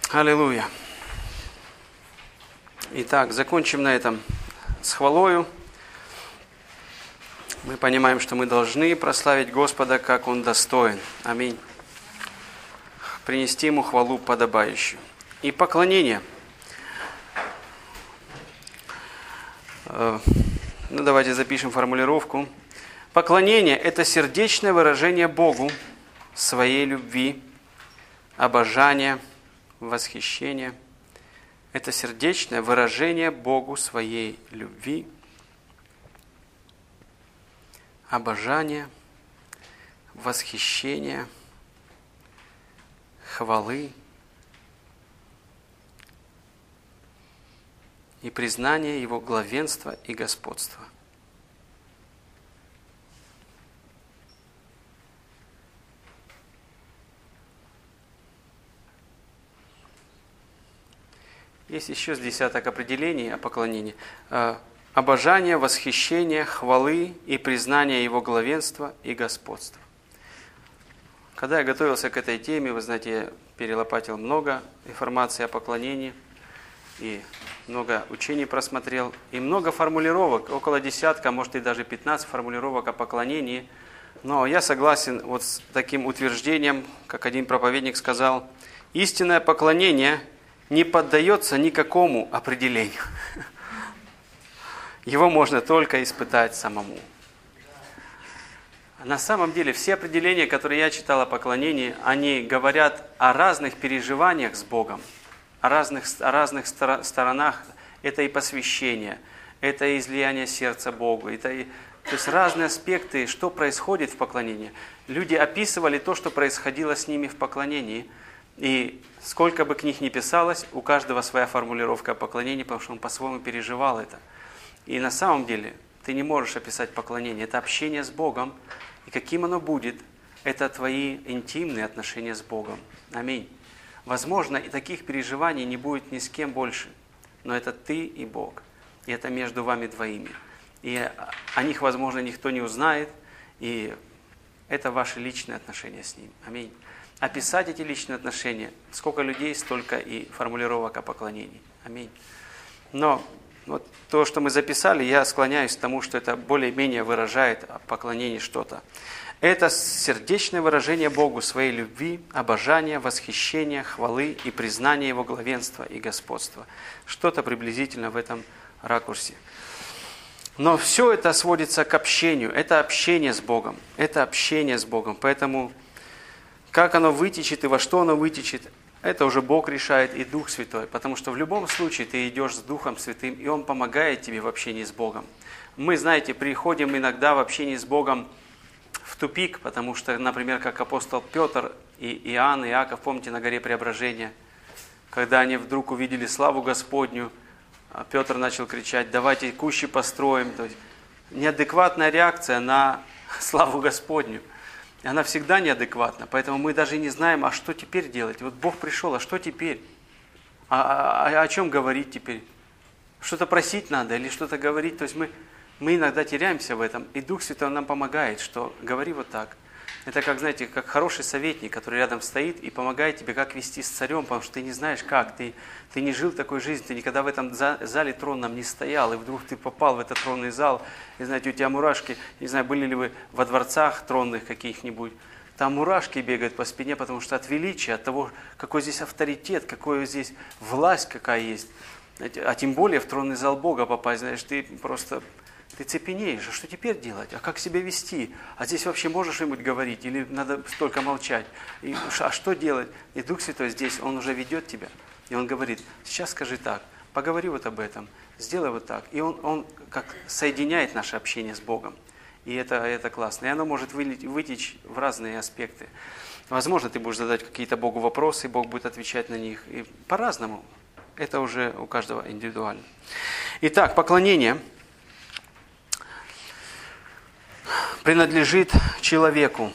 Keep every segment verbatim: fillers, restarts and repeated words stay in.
Аллилуйя. Итак, закончим на этом с хвалою. Мы понимаем, что мы должны прославить Господа, как Он достоин. Аминь. Принести Ему хвалу подобающую. И поклонение. Ну, давайте запишем формулировку. Поклонение – это сердечное выражение Богу своей любви, обожания, восхищения. Это сердечное выражение Богу своей любви, обожания, восхищения, хвалы и признания Его главенства и господства. Есть еще с десяток определений о поклонении. Обожание, восхищение, хвалы и признание Его главенства и господства. Когда я готовился к этой теме, вы знаете, я перелопатил много информации о поклонении, и много учений просмотрел, и много формулировок, около десятка, может и даже пятнадцать формулировок о поклонении. Но я согласен вот с таким утверждением, как один проповедник сказал, истинное поклонение не поддается никакому определению. Его можно только испытать самому. На самом деле, все определения, которые я читал о поклонении, они говорят о разных переживаниях с Богом, о разных, о разных сторонах. Это и посвящение, это и излияние сердца Богу, это и, то есть разные аспекты, что происходит в поклонении. Люди описывали то, что происходило с ними в поклонении. И сколько бы книг ни писалось, у каждого своя формулировка о поклонении, потому что он по-своему переживал это. И на самом деле ты не можешь описать поклонение. Это общение с Богом. И каким оно будет, это твои интимные отношения с Богом. Аминь. Возможно, и таких переживаний не будет ни с кем больше. Но это ты и Бог. И это между вами двоими. И о них, возможно, никто не узнает. И это ваши личные отношения с Ним. Аминь. Описать эти личные отношения, сколько людей, столько и формулировок о поклонении. Аминь. Но вот то, что мы записали, я склоняюсь к тому, что это более-менее выражает о поклонении что-то. Это сердечное выражение Богу своей любви, обожания, восхищения, хвалы и признания Его главенства и господства. Что-то приблизительно в этом ракурсе. Но все это сводится к общению. Это общение с Богом. Это общение с Богом. Поэтому как оно вытечет и во что оно вытечет, это уже Бог решает и Дух Святой. Потому что в любом случае ты идешь с Духом Святым, и Он помогает тебе в общении с Богом. Мы, знаете, приходим иногда в общении с Богом в тупик, потому что, например, как апостол Петр и Иоанн, и Иаков, помните, на горе Преображения, когда они вдруг увидели славу Господню, Петр начал кричать: давайте кущи построим. То есть неадекватная реакция на славу Господню. Она всегда неадекватна, поэтому мы даже не знаем, а что теперь делать. Вот Бог пришел, а что теперь? А, а, а о чем говорить теперь? Что-то просить надо или что-то говорить? То есть мы, мы иногда теряемся в этом, и Дух Святой нам помогает, что говори вот так. Это как, знаете, как хороший советник, который рядом стоит и помогает тебе, как вести с царем, потому что ты не знаешь как, ты, ты не жил такой жизнью, ты никогда в этом зале тронном не стоял, и вдруг ты попал в этот тронный зал, и знаете, у тебя мурашки, не знаю, были ли вы во дворцах тронных каких-нибудь, там мурашки бегают по спине, потому что от величия, от того, какой здесь авторитет, какая здесь власть какая есть, знаете, а тем более в тронный зал Бога попасть, знаешь, ты просто... Ты цепенеешь, а что теперь делать? А как себя вести? А здесь вообще можешь что-нибудь говорить? Или надо только молчать? И, а что делать? И Дух Святой здесь, Он уже ведет тебя. И Он говорит: сейчас скажи так, поговори вот об этом, сделай вот так. И Он, он как соединяет наше общение с Богом. И это, это классно. И оно может вытечь в разные аспекты. Возможно, ты будешь задать какие-то Богу вопросы, и Бог будет отвечать на них. И по-разному. Это уже у каждого индивидуально. Итак, поклонение принадлежит человеку.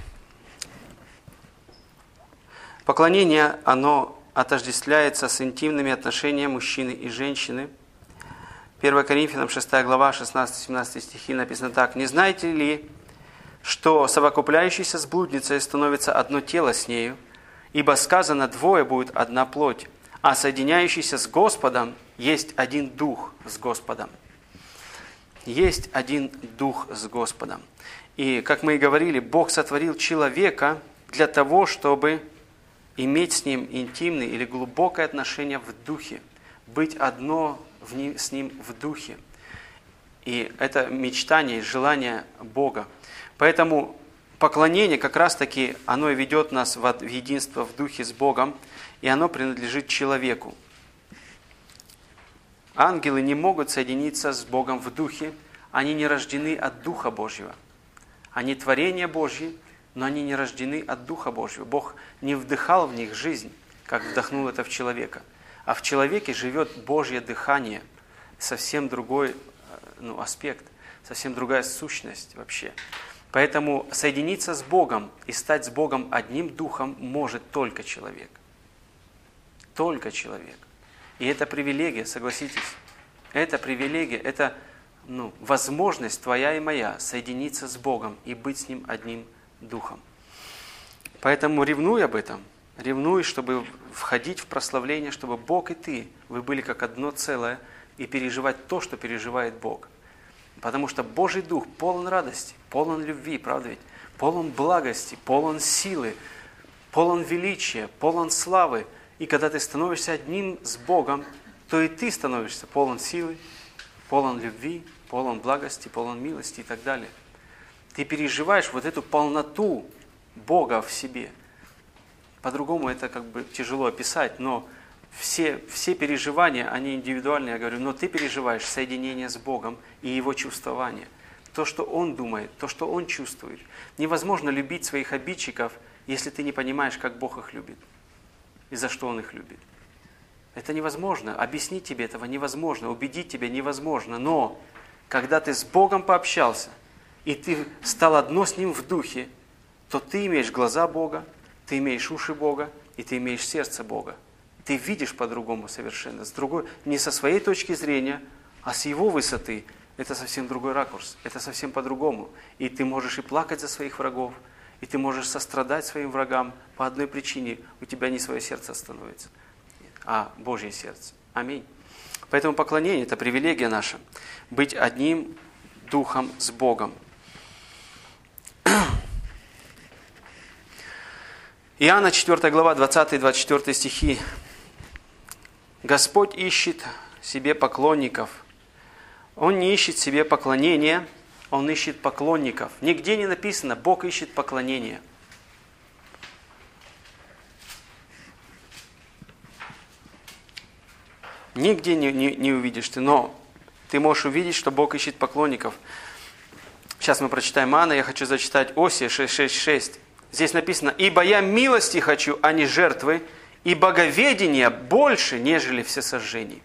Поклонение, оно отождествляется с интимными отношениями мужчины и женщины. первое Коринфянам шестая глава, шестнадцатый-семнадцатый стихи написано так: «Не знаете ли, что совокупляющийся с блудницей становится одно тело с нею, Ибо сказано, двое будет одна плоть, а соединяющийся с Господом есть один дух с Господом. Есть один дух с Господом. И, как мы и говорили, Бог сотворил человека для того, чтобы иметь с ним интимное или глубокое отношение в духе, быть одно в ним, с ним в духе. И это мечтание и желание Бога. Поэтому поклонение как раз-таки, оно и ведет нас в единство в духе с Богом, и оно принадлежит человеку. Ангелы не могут соединиться с Богом в духе, они не рождены от Духа Божьего. Они творения Божьи, но они не рождены от Духа Божьего. Бог не вдыхал в них жизнь, как вдохнул это в человека. А в человеке живет Божье дыхание, совсем другой ну, аспект, совсем другая сущность вообще. Поэтому соединиться с Богом и стать с Богом одним духом может только человек. Только человек. И это привилегия, согласитесь. Это привилегия, это ну, возможность твоя и моя соединиться с Богом и быть с Ним одним духом. Поэтому ревнуй об этом. Ревнуй, чтобы входить в прославление, чтобы Бог и ты, вы были как одно целое, и переживать то, что переживает Бог. Потому что Божий Дух полон радости, полон любви, правда ведь? Полон благости, полон силы, полон величия, полон славы. И когда ты становишься одним с Богом, то и ты становишься полон силы, полон любви, полон благости, полон милости и так далее. Ты переживаешь вот эту полноту Бога в себе. По-другому это как бы тяжело описать, но все, все переживания, они индивидуальные, я говорю, но ты переживаешь соединение с Богом и Его чувствование. То, что Он думает, то, что Он чувствует. Невозможно любить своих обидчиков, если ты не понимаешь, как Бог их любит и за что Он их любит. Это невозможно. Объяснить тебе этого невозможно, убедить тебя невозможно. Но когда ты с Богом пообщался, и ты стал одно с Ним в духе, то ты имеешь глаза Бога, ты имеешь уши Бога, и ты имеешь сердце Бога. Ты видишь по-другому совершенно, с другой, не со своей точки зрения, а с Его высоты. Это совсем другой ракурс, это совсем по-другому. И ты можешь и плакать за своих врагов, и ты можешь сострадать своим врагам по одной причине. У тебя не свое сердце становится, а Божье сердце. Аминь. Поэтому поклонение – это привилегия наша. Быть одним духом с Богом. Иоанна четвёртая глава, двадцатый-двадцать четвёртый стихи. Господь ищет себе поклонников. Он не ищет себе поклонения, Он ищет поклонников. Нигде не написано, Бог ищет поклонения. Нигде не, не, не увидишь ты, но ты можешь увидеть, что Бог ищет поклонников. Сейчас мы прочитаем Иоанна, я хочу зачитать Осия шесть шесть шесть. Здесь написано, «Ибо я милости хочу, а не жертвы, и боговедения больше, нежели всесожжений».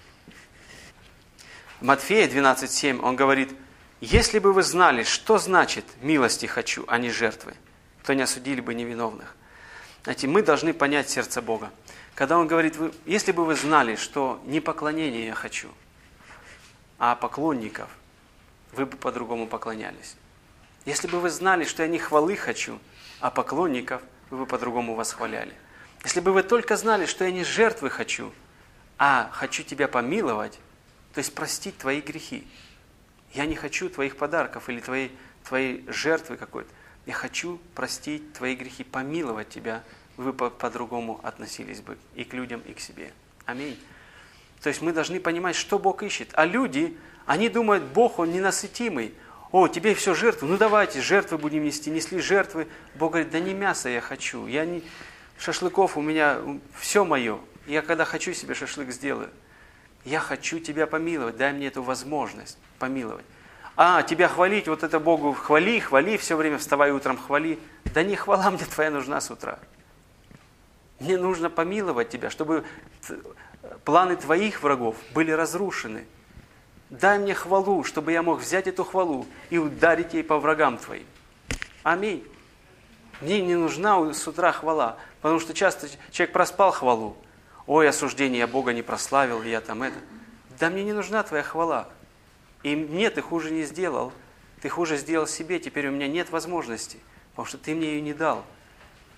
Матфея двенадцать семь, он говорит, «Если бы вы знали, что значит милости хочу, а не жертвы, то не осудили бы невиновных». Знаете, мы должны понять сердце Бога. Когда Он говорит, вы, если бы вы знали, что не поклонение я хочу, а поклонников, вы бы по-другому поклонялись. Если бы вы знали, что я не хвалы хочу, а поклонников, вы бы по-другому восхваляли. Если бы вы только знали, что я не жертвы хочу, а хочу тебя помиловать, то есть простить твои грехи. Я не хочу твоих подарков или твоей, твоей жертвы какой-то. Я хочу простить твои грехи, помиловать тебя. Вы по-другому относились бы и к людям, и к себе. Аминь. То есть мы должны понимать, что Бог ищет. А люди, они думают, Бог, Он ненасытимый. О, тебе все жертвы, ну давайте, жертвы будем нести. Несли жертвы. Бог говорит, да не мясо я хочу. Я не... Шашлыков у меня все мое. Я когда хочу себе шашлык сделаю. Я хочу тебя помиловать. Дай мне эту возможность помиловать. А, тебя хвалить, вот это Богу хвали, хвали, все время вставай утром, хвали. Да не хвала мне твоя нужна с утра. Мне нужно помиловать тебя, чтобы планы твоих врагов были разрушены. Дай мне хвалу, чтобы я мог взять эту хвалу и ударить ей по врагам твоим. Аминь. Мне не нужна с утра хвала, потому что часто человек проспал хвалу. Ой, осуждение, я Бога не прославил, я там это. Да мне не нужна твоя хвала. И мне ты хуже не сделал. Ты хуже сделал себе, теперь у меня нет возможности, потому что ты мне ее не дал.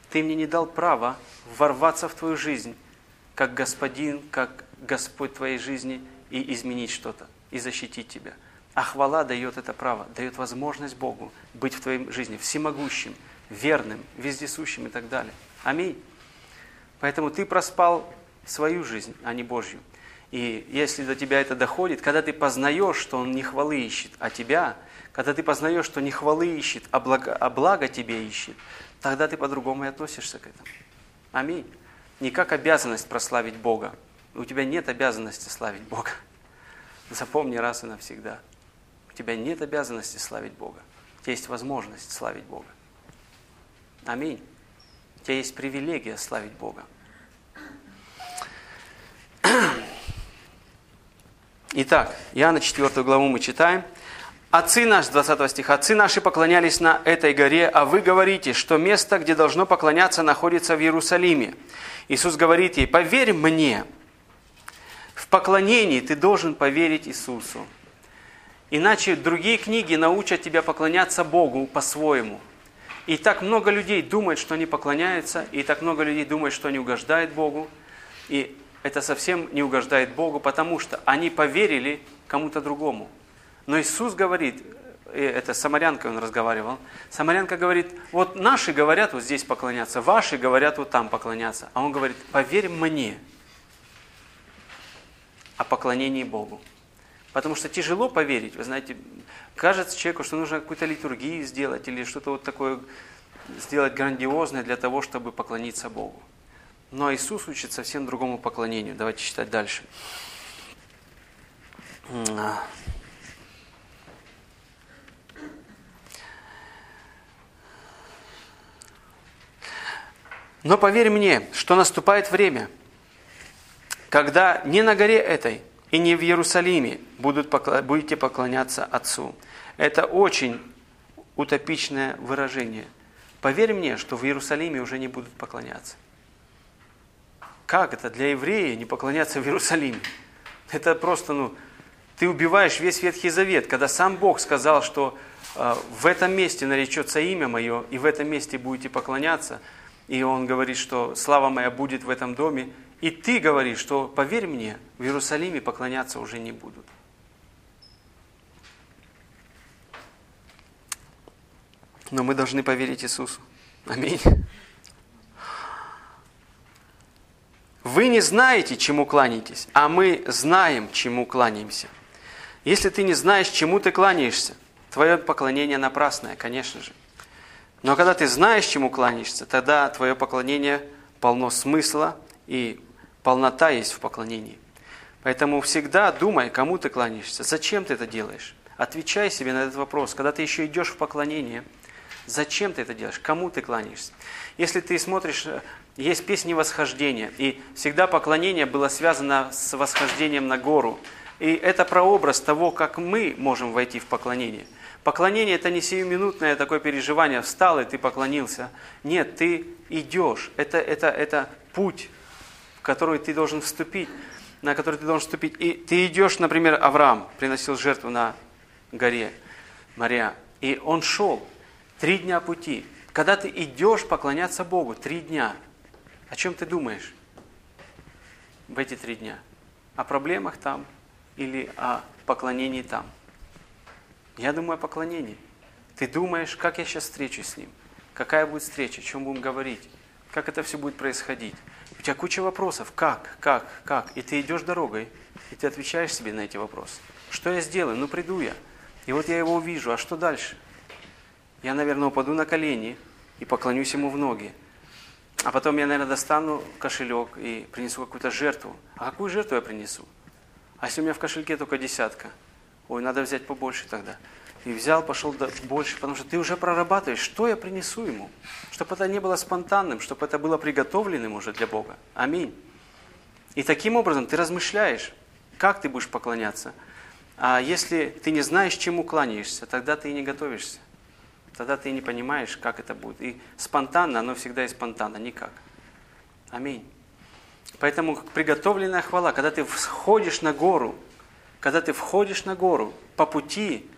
Ты мне не дал права ворваться в твою жизнь, как Господин, как Господь твоей жизни, и изменить что-то, и защитить тебя. А хвала дает это право, дает возможность Богу быть в твоей жизни всемогущим, верным, вездесущим и так далее. Аминь. Поэтому ты проспал свою жизнь, а не Божью. И если до тебя это доходит, когда ты познаешь, что Он не хвалы ищет, а тебя, когда ты познаешь, что не хвалы ищет, а благо, а благо тебе ищет, тогда ты по-другому и относишься к этому. Аминь. Не как обязанность прославить Бога. У тебя нет обязанности славить Бога. Запомни раз и навсегда. У тебя нет обязанности славить Бога. У тебя есть возможность славить Бога. Аминь. У тебя есть привилегия славить Бога. Итак, Иоанна четвёртую главу мы читаем. «Отцы наши», двадцатого стиха, «Отцы наши поклонялись на этой горе, а вы говорите, что место, где должно поклоняться, находится в Иерусалиме». Иисус говорит ей: «Поверь мне». В поклонении ты должен поверить Иисусу. Иначе другие книги научат тебя поклоняться Богу по-своему. И так много людей думает, что они поклоняются, и так много людей думает, что они угождают Богу. И это совсем не угождает Богу, потому что они поверили кому-то другому. Но Иисус говорит, это с самарянкой Он разговаривал, самарянка говорит: вот наши говорят вот здесь поклоняться, ваши говорят вот там поклоняться. А Он говорит: поверь мне о поклонении Богу. Потому что тяжело поверить, вы знаете, кажется человеку, что нужно какую-то литургию сделать или что-то вот такое сделать грандиозное для того, чтобы поклониться Богу. Но Иисус учит совсем другому поклонению. Давайте читать дальше. Но поверь мне, что наступает время, когда не на горе этой и не в Иерусалиме будут, будете поклоняться Отцу. Это очень утопичное выражение. Поверь мне, что в Иерусалиме уже не будут поклоняться. Как это для еврея не поклоняться в Иерусалиме? Это просто, ну, ты убиваешь весь Ветхий Завет, когда сам Бог сказал, что э, в этом месте наречется имя Мое, и в этом месте будете поклоняться. И Он говорит, что слава Моя будет в этом доме. И ты говоришь, что, поверь мне, в Иерусалиме поклоняться уже не будут. Но мы должны поверить Иисусу. Аминь. Вы не знаете, чему кланяетесь, а мы знаем, чему кланяемся. Если ты не знаешь, чему ты кланяешься, твое поклонение напрасное, конечно же. Но когда ты знаешь, чему кланяешься, тогда твое поклонение полно смысла и полнота есть в поклонении. Поэтому всегда думай, кому ты кланяешься, зачем ты это делаешь. Отвечай себе на этот вопрос. Когда ты еще идешь в поклонение, зачем ты это делаешь, кому ты кланяешься. Если ты смотришь, есть песни восхождения, и всегда поклонение было связано с восхождением на гору. И это прообраз того, как мы можем войти в поклонение. Поклонение – это не сиюминутное такое переживание, встал и ты поклонился. Нет, ты идешь. Это, это, это путь, в который ты должен вступить, на который ты должен вступить. И ты идешь, например, Авраам приносил жертву на горе Мория, и он шел три дня пути. Когда ты идешь поклоняться Богу, три дня, о чем ты думаешь в эти три дня? О проблемах там или о поклонении там? Я думаю о поклонении. Ты думаешь, как я сейчас встречусь с Ним? Какая будет встреча? О чем будем говорить? Как это все будет происходить? У тебя куча вопросов. Как? Как? Как? И ты идешь дорогой, и ты отвечаешь себе на эти вопросы. Что я сделаю? Ну, приду я. И вот я его увижу. А что дальше? Я, наверное, упаду на колени и поклонюсь Ему в ноги. А потом я, наверное, достану кошелек и принесу какую-то жертву. А какую жертву я принесу? А если у меня в кошельке только десятка? Ой, надо взять побольше тогда. И взял, пошел больше, потому что ты уже прорабатываешь, что я принесу Ему. Чтобы это не было спонтанным, чтобы это было приготовленным уже для Бога. Аминь. И таким образом ты размышляешь, как ты будешь поклоняться. А если ты не знаешь, чему кланяешься, тогда ты и не готовишься. Тогда ты и не понимаешь, как это будет. И спонтанно, оно всегда и спонтанно, никак. Аминь. Поэтому приготовленная хвала, когда ты входишь на гору, когда ты входишь на гору, по пути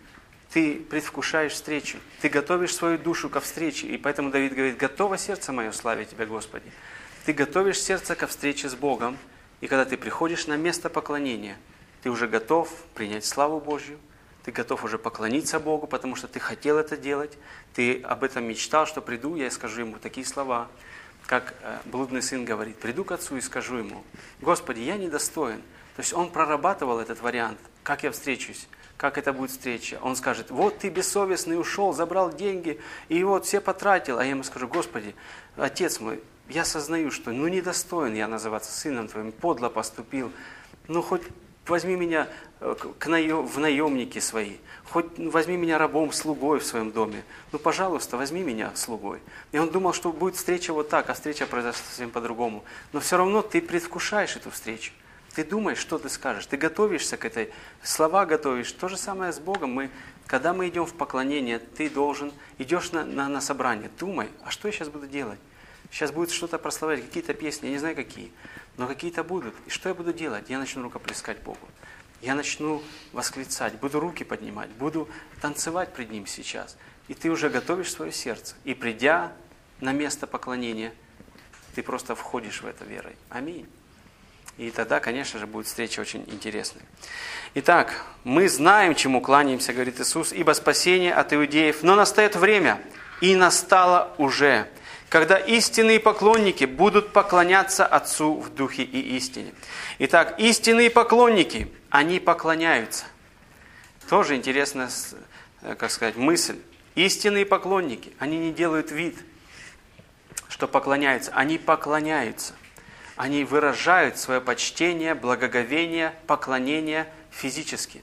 ты предвкушаешь встречу, ты готовишь свою душу ко встрече. И поэтому Давид говорит: готово сердце мое славить Тебя, Господи. Ты готовишь сердце ко встрече с Богом, и когда ты приходишь на место поклонения, ты уже готов принять славу Божью, ты готов уже поклониться Богу, потому что ты хотел это делать, ты об этом мечтал, что приду, я скажу Ему такие слова, как блудный сын говорит: приду к Отцу и скажу Ему: Господи, я недостоин. То есть он прорабатывал этот вариант, как я встречусь, как это будет встреча. Он скажет: вот ты бессовестный ушел, забрал деньги, и вот все потратил. А я ему скажу: Господи, Отец мой, я сознаю, что ну недостоин я называться сыном Твоим, подло поступил. Ну хоть возьми меня к наем, в наемники свои, хоть возьми меня рабом, слугой в своем доме. Ну, пожалуйста, возьми меня слугой. И он думал, что будет встреча вот так, а встреча произошла совсем по-другому. Но все равно ты предвкушаешь эту встречу. Ты думаешь, что ты скажешь, ты готовишься к этой, слова готовишь. То же самое с Богом. Мы, когда мы идем в поклонение, ты должен, идешь на, на, на собрание, думай, а что я сейчас буду делать? Сейчас будет что-то прославлять, какие-то песни, я не знаю какие, но какие-то будут. И что я буду делать? Я начну рукоплескать Богу. Я начну восклицать, буду руки поднимать, буду танцевать пред Ним сейчас. И ты уже готовишь свое сердце. И придя на место поклонения, ты просто входишь в это верой. Аминь. И тогда, конечно же, будет встреча очень интересной. Итак, мы знаем, чему кланяемся, говорит Иисус, ибо спасение от иудеев. Но настает время, и настало уже, когда истинные поклонники будут поклоняться Отцу в Духе и истине. Итак, истинные поклонники, они поклоняются. Тоже интересная, как сказать, мысль. Истинные поклонники, они не делают вид, что поклоняются. Они поклоняются. Они выражают свое почтение, благоговение, поклонение физически.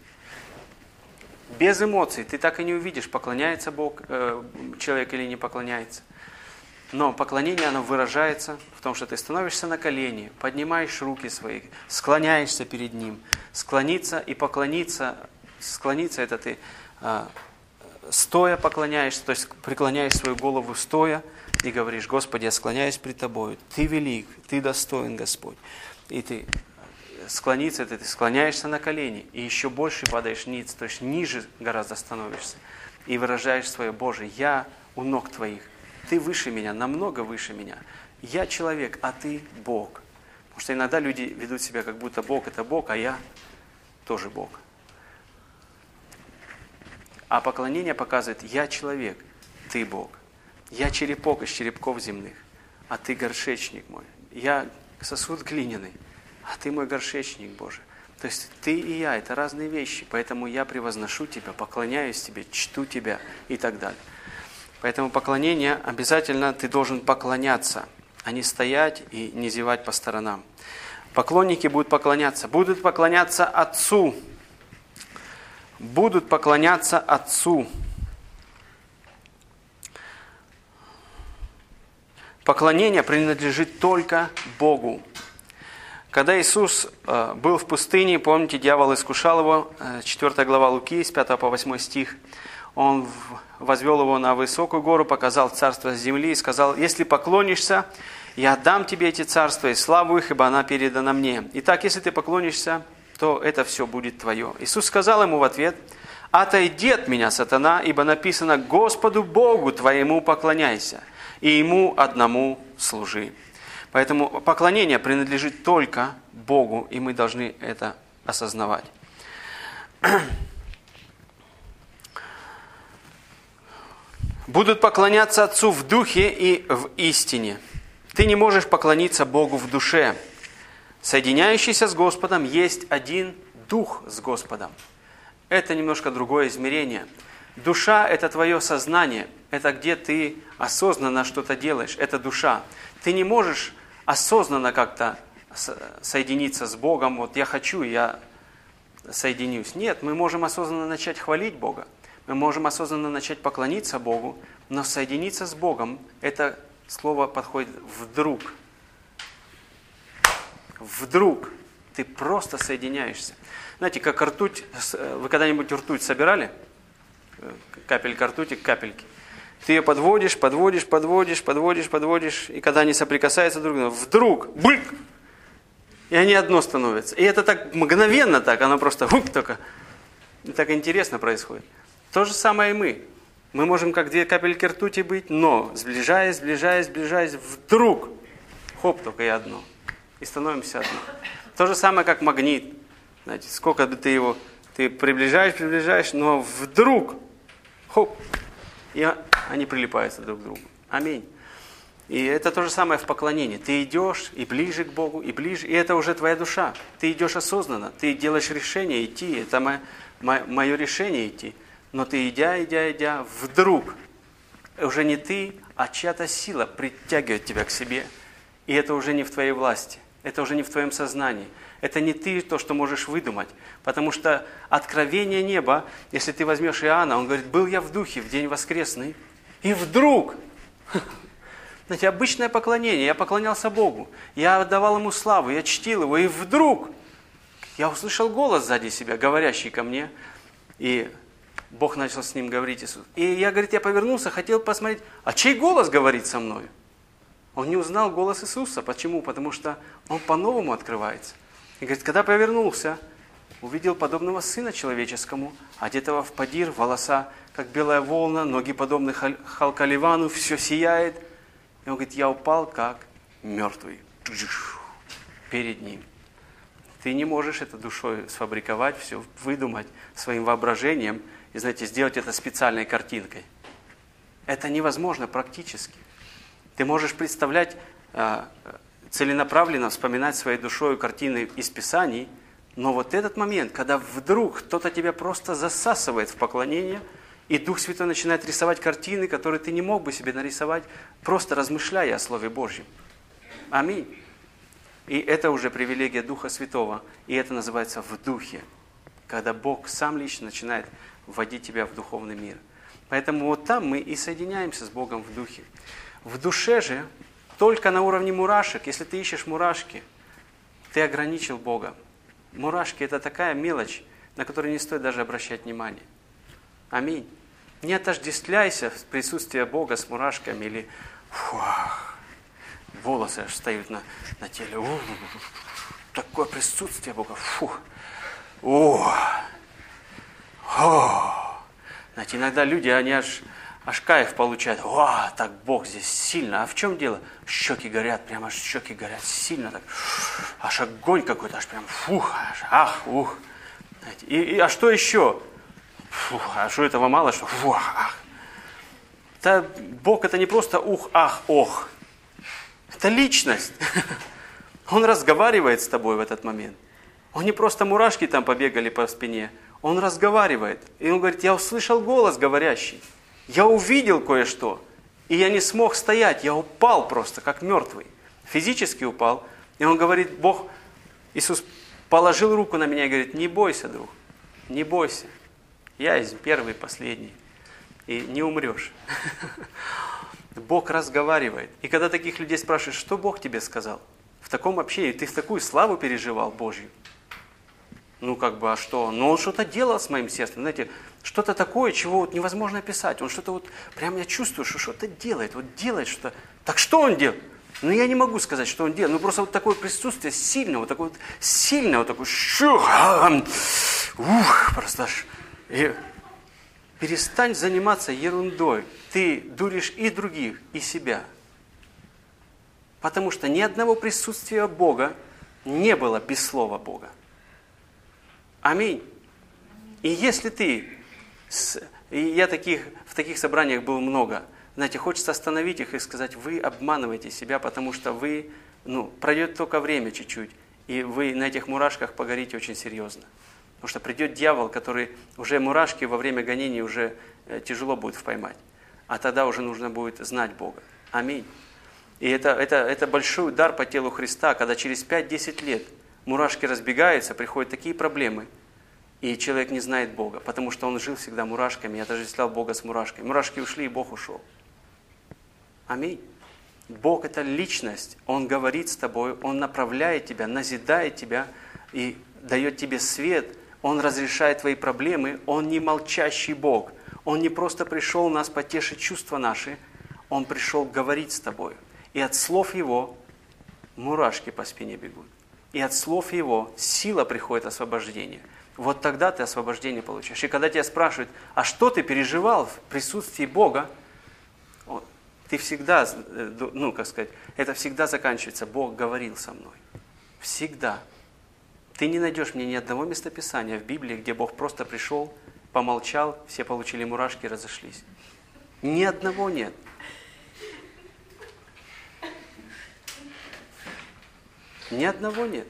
Без эмоций ты так и не увидишь, поклоняется Бог, э, человек или не поклоняется. Но поклонение, оно выражается в том, что ты становишься на колени, поднимаешь руки свои, склоняешься перед Ним. Склониться и поклониться, склониться это ты э, стоя поклоняешься, то есть преклоняешь свою голову стоя и говоришь: Господи, я склоняюсь пред Тобою, Ты велик, Ты достоин, Господь. И ты склониться, это ты склоняешься на колени, и еще больше падаешь ниц, то есть ниже гораздо становишься, и выражаешь свое: Боже, я у ног Твоих. Ты выше меня, намного выше меня. Я человек, а Ты Бог. Потому что иногда люди ведут себя, как будто Бог это Бог, а я тоже Бог. А поклонение показывает: я человек, Ты Бог. Я черепок из черепков земных, а Ты горшечник мой. Я сосуд глиняный, а Ты мой горшечник, Боже. То есть Ты и я – это разные вещи, поэтому я превозношу Тебя, поклоняюсь Тебе, чту Тебя и так далее. Поэтому поклонение обязательно ты должен поклоняться, а не стоять и не зевать по сторонам. Поклонники будут поклоняться, будут поклоняться Отцу. Будут поклоняться Отцу. Поклонение принадлежит только Богу. Когда Иисус э, был в пустыне, помните, дьявол искушал его, э, четвёртая глава Луки, с пятого по восьмой стих, он возвел его на высокую гору, показал царство земли и сказал: если поклонишься, я отдам тебе эти царства и славу их, ибо она передана мне. Итак, если ты поклонишься, то это все будет твое. Иисус сказал ему в ответ: отойди от меня, сатана, ибо написано: Господу Богу твоему поклоняйся, и Ему одному служи. Поэтому поклонение принадлежит только Богу, и мы должны это осознавать. Будут поклоняться Отцу в духе и в истине. Ты не можешь поклониться Богу в душе. Соединяющийся с Господом есть один дух с Господом. Это немножко другое измерение. Душа – это твое сознание, это где ты осознанно что-то делаешь, это душа. Ты не можешь осознанно как-то соединиться с Богом, вот я хочу, я соединюсь. Нет, мы можем осознанно начать хвалить Бога, мы можем осознанно начать поклониться Богу, но соединиться с Богом, это слово подходит вдруг. Вдруг ты просто соединяешься. Знаете, как ртуть, вы когда-нибудь ртуть собирали? Капелька ртути, капельки. Ты ее подводишь, подводишь, подводишь, подводишь, подводишь, и когда они соприкасаются друг с другом, вдруг, бульк, и они одно становятся. И это так мгновенно так, оно просто хук только. И так интересно происходит. То же самое и мы. Мы можем как две капельки ртути быть, но сближаясь, сближаясь, сближаясь, вдруг, хоп, только и одно. И становимся одно. То же самое, как магнит. Знаете, сколько бы ты его, ты приближаешь, приближаешь, но вдруг, хоп, и они прилипаются друг к другу. Аминь. И это то же самое в поклонении. Ты идешь и ближе к Богу, и ближе, и это уже твоя душа. Ты идешь осознанно, ты делаешь решение идти, это мое, мое решение идти. Но ты, идя, идя, идя, вдруг, уже не ты, а чья-то сила притягивает тебя к себе. И это уже не в твоей власти, это уже не в твоем сознании. Это не ты то, что можешь выдумать. Потому что откровение неба, если ты возьмешь Иоанна, он говорит, был я в духе в день воскресный, и вдруг, знаете, обычное поклонение, я поклонялся Богу, я отдавал Ему славу, я чтил Его, и вдруг я услышал голос сзади себя, говорящий ко мне, и Бог начал с ним говорить, Иисус. И я, говорит, я повернулся, хотел посмотреть, а чей голос говорит со мной? Он не узнал голос Иисуса. Почему? Потому что он по-новому открывается. И говорит, когда повернулся, увидел подобного Сына Человеческому, одетого в падир, волоса, как белая волна, ноги подобны халкаливану, все сияет. И он говорит, я упал, как мертвый, перед ним. Ты не можешь это душой сфабриковать, все выдумать своим воображением и, знаете, сделать это специальной картинкой. Это невозможно практически. Ты можешь представлять, целенаправленно вспоминать своей душой картины из Писаний, но вот этот момент, когда вдруг кто-то тебя просто засасывает в поклонение, и Дух Святой начинает рисовать картины, которые ты не мог бы себе нарисовать, просто размышляя о Слове Божьем. Аминь. И это уже привилегия Духа Святого, и это называется в духе, когда Бог сам лично начинает вводить тебя в духовный мир. Поэтому вот там мы и соединяемся с Богом в духе. В душе же, только на уровне мурашек, если ты ищешь мурашки, ты ограничил Бога. Мурашки – это такая мелочь, на которую не стоит даже обращать внимание. Аминь. Не отождествляйся в присутствии Бога с мурашками или фу, волосы аж встают на, на теле. У, такое присутствие Бога. Фу. О, о. Знаете, иногда люди, они аж, аж кайф получают. О, так Бог здесь сильно. А в чем дело? Щеки горят, прямо аж щеки горят сильно. Так. Аж огонь какой-то, аж прям фух, аж ах, ух. Знаете, и, и, а что еще? Фух, а что этого мало, что фух, ах. Это, Бог это не просто ух, ах, ох. Это личность. Он разговаривает с тобой в этот момент. Он не просто мурашки там побегали по спине. Он разговаривает. И он говорит, я услышал голос говорящий. Я увидел кое-что. И я не смог стоять. Я упал просто, как мертвый. Физически упал. И он говорит, Бог, Иисус положил руку на меня и говорит, не бойся, друг. Не бойся. Я из первый и последний. И не умрешь. Бог разговаривает. И когда таких людей спрашиваешь, что Бог тебе сказал? В таком общении ты в такую славу переживал Божью. Ну, как бы, а что? Но он что-то делал с моим сердцем. Знаете, что-то такое, чего вот невозможно описать. Он что-то вот, прям я чувствую, что что-то делает. Вот делает что-то. Так что он делает? Ну, я не могу сказать, что он делает. Ну, просто вот такое присутствие сильное, вот такое вот сильное, вот такое шух, ух, просто аж. И перестань заниматься ерундой. Ты дуришь и других, и себя. Потому что ни одного присутствия Бога не было без слова Бога. Аминь. И если ты, и я таких, в таких собраниях был много, знаете, хочется остановить их и сказать, вы обманываете себя, потому что вы, ну, пройдет только время чуть-чуть, и вы на этих мурашках погорите очень серьезно. Потому что придет дьявол, который уже мурашки во время гонений уже тяжело будет поймать. А тогда уже нужно будет знать Бога. Аминь. И это, это, это большой удар по телу Христа, когда через пять-десять лет мурашки разбегаются, приходят такие проблемы, и человек не знает Бога, потому что он жил всегда мурашками, и отождествлял Бога с мурашками. Мурашки ушли, и Бог ушел. Аминь. Бог – это личность, Он говорит с тобой, Он направляет тебя, назидает тебя и дает тебе свет, Он разрешает твои проблемы, Он не молчащий Бог. Он не просто пришел нас потешить чувства наши, Он пришел говорить с тобой. И от слов Его мурашки по спине бегут. И от слов Его сила приходит освобождение. Вот тогда ты освобождение получаешь. И когда тебя спрашивают, а что ты переживал в присутствии Бога, ты всегда, ну, как сказать, это всегда заканчивается, Бог говорил со мной. Всегда. Ты не найдешь мне ни одного местописания в Библии, где Бог просто пришел, помолчал, все получили мурашки и разошлись. Ни одного нет. Ни одного нет.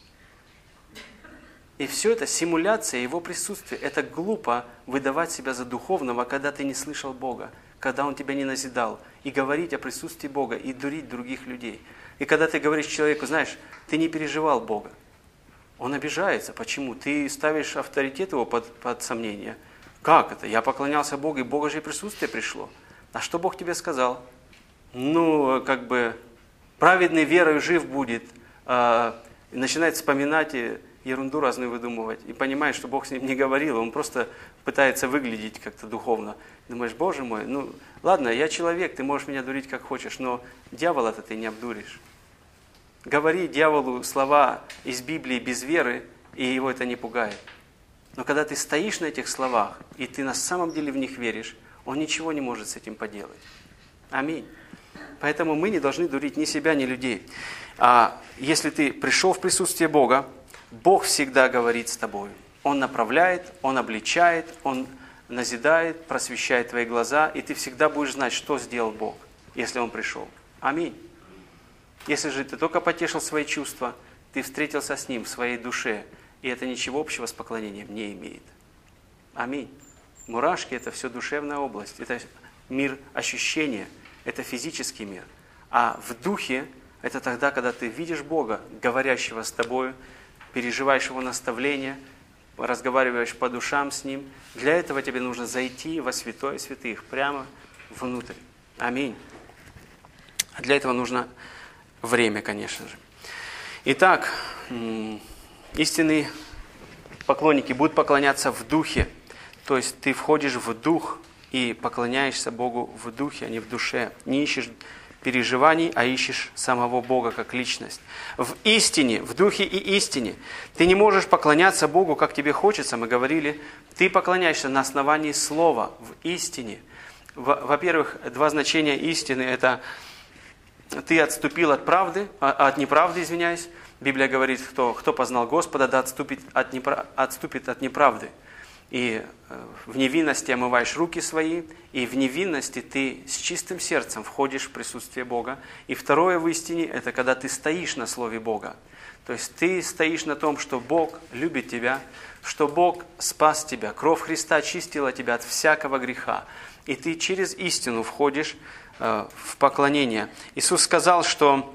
И все это симуляция Его присутствия. Это глупо выдавать себя за духовного, когда ты не слышал Бога, когда Он тебя не назидал, и говорить о присутствии Бога, и дурить других людей. И когда ты говоришь человеку, знаешь, ты не переживал Бога, он обижается. Почему? Ты ставишь авторитет Его под, под сомнение. Как это? Я поклонялся Богу, и Бога же присутствие пришло. А что Бог тебе сказал? Ну, как бы, праведный верою жив будет. А, начинает вспоминать и ерунду разную выдумывать. И понимает, что Бог с ним не говорил, он просто пытается выглядеть как-то духовно. Думаешь, Боже мой, ну ладно, я человек, ты можешь меня дурить как хочешь, но дьявола-то ты не обдуришь. Говори дьяволу слова из Библии без веры, и его это не пугает. Но когда ты стоишь на этих словах, и ты на самом деле в них веришь, он ничего не может с этим поделать. Аминь. Поэтому мы не должны дурить ни себя, ни людей. А если ты пришел в присутствие Бога, Бог всегда говорит с тобой. Он направляет, Он обличает, Он назидает, просвещает твои глаза, и ты всегда будешь знать, что сделал Бог, если Он пришел. Аминь. Если же ты только потешил свои чувства, ты встретился с Ним в своей душе, и это ничего общего с поклонением не имеет. Аминь. Мурашки – это все душевная область, это мир ощущения, это физический мир. А в духе – это тогда, когда ты видишь Бога, говорящего с тобой, переживаешь Его наставления, разговариваешь по душам с Ним. Для этого тебе нужно зайти во святое святых, прямо внутрь. Аминь. А для этого нужно время, конечно же. Итак, истинные поклонники будут поклоняться в духе. То есть ты входишь в дух и поклоняешься Богу в духе, а не в душе. Не ищешь переживаний, а ищешь самого Бога как личность. В истине, в духе и истине. Ты не можешь поклоняться Богу, как тебе хочется. Мы говорили, ты поклоняешься на основании слова, в истине. Во-первых, два значения истины – это ты отступил от правды, от неправды, извиняюсь. Библия говорит, кто, кто познал Господа, да отступит от, непра... отступит от неправды. И в невинности омываешь руки свои, и в невинности ты с чистым сердцем входишь в присутствие Бога. И второе в истине – это когда ты стоишь на Слове Бога. То есть ты стоишь на том, что Бог любит тебя, что Бог спас тебя, кровь Христа очистила тебя от всякого греха. И ты через истину входишь э, в поклонение. Иисус сказал, что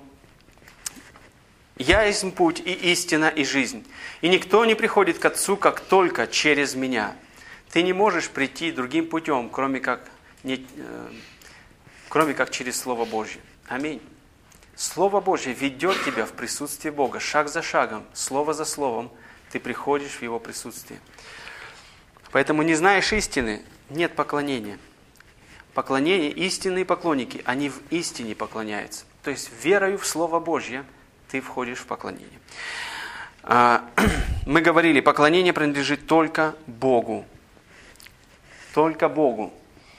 «Я есть путь и истина и жизнь, и никто не приходит к Отцу, как только через Меня». Ты не можешь прийти другим путем, кроме как, не, э, кроме как через Слово Божье. Аминь. Слово Божье ведет тебя в присутствие Бога. Шаг за шагом, слово за словом ты приходишь в Его присутствие. Поэтому не знаешь истины, нет поклонения. Поклонение, истинные поклонники, они в истине поклоняются. То есть верою в Слово Божье ты входишь в поклонение. Мы говорили, поклонение принадлежит только Богу. Только Богу.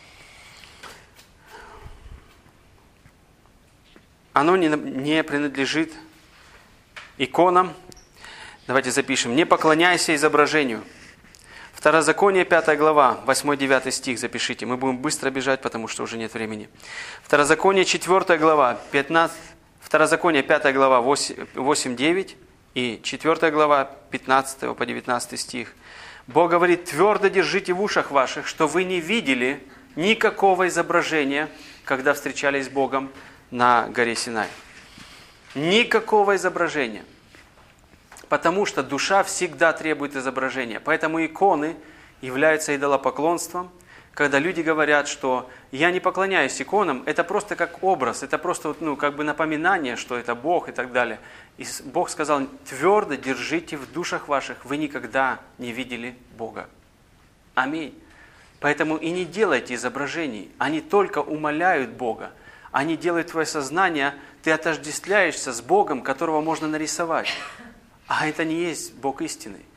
Оно не, не принадлежит иконам. Давайте запишем. Не поклоняйся изображению. Второзаконие, пятая глава, восьмой-девятый стих запишите. Мы будем быстро бежать, потому что уже нет времени. Второзаконие, четвёртая глава, пятнадцать, Второзаконие, пятая глава, восемь-девять и четвёртая глава, пятнадцатый по девятнадцатый стих. Бог говорит, твердо держите в ушах ваших, что вы не видели никакого изображения, когда встречались с Богом на горе Синай. Никакого изображения. Потому что душа всегда требует изображения. Поэтому иконы являются идолопоклонством. Когда люди говорят, что я не поклоняюсь иконам, это просто как образ, это просто ну, как бы напоминание, что это Бог и так далее. И Бог сказал, твердо держите в душах ваших, вы никогда не видели Бога. Аминь. Поэтому и не делайте изображений, они только умаляют Бога. Они делают твое сознание, ты отождествляешься с Богом, которого можно нарисовать. А это не есть Бог истинный.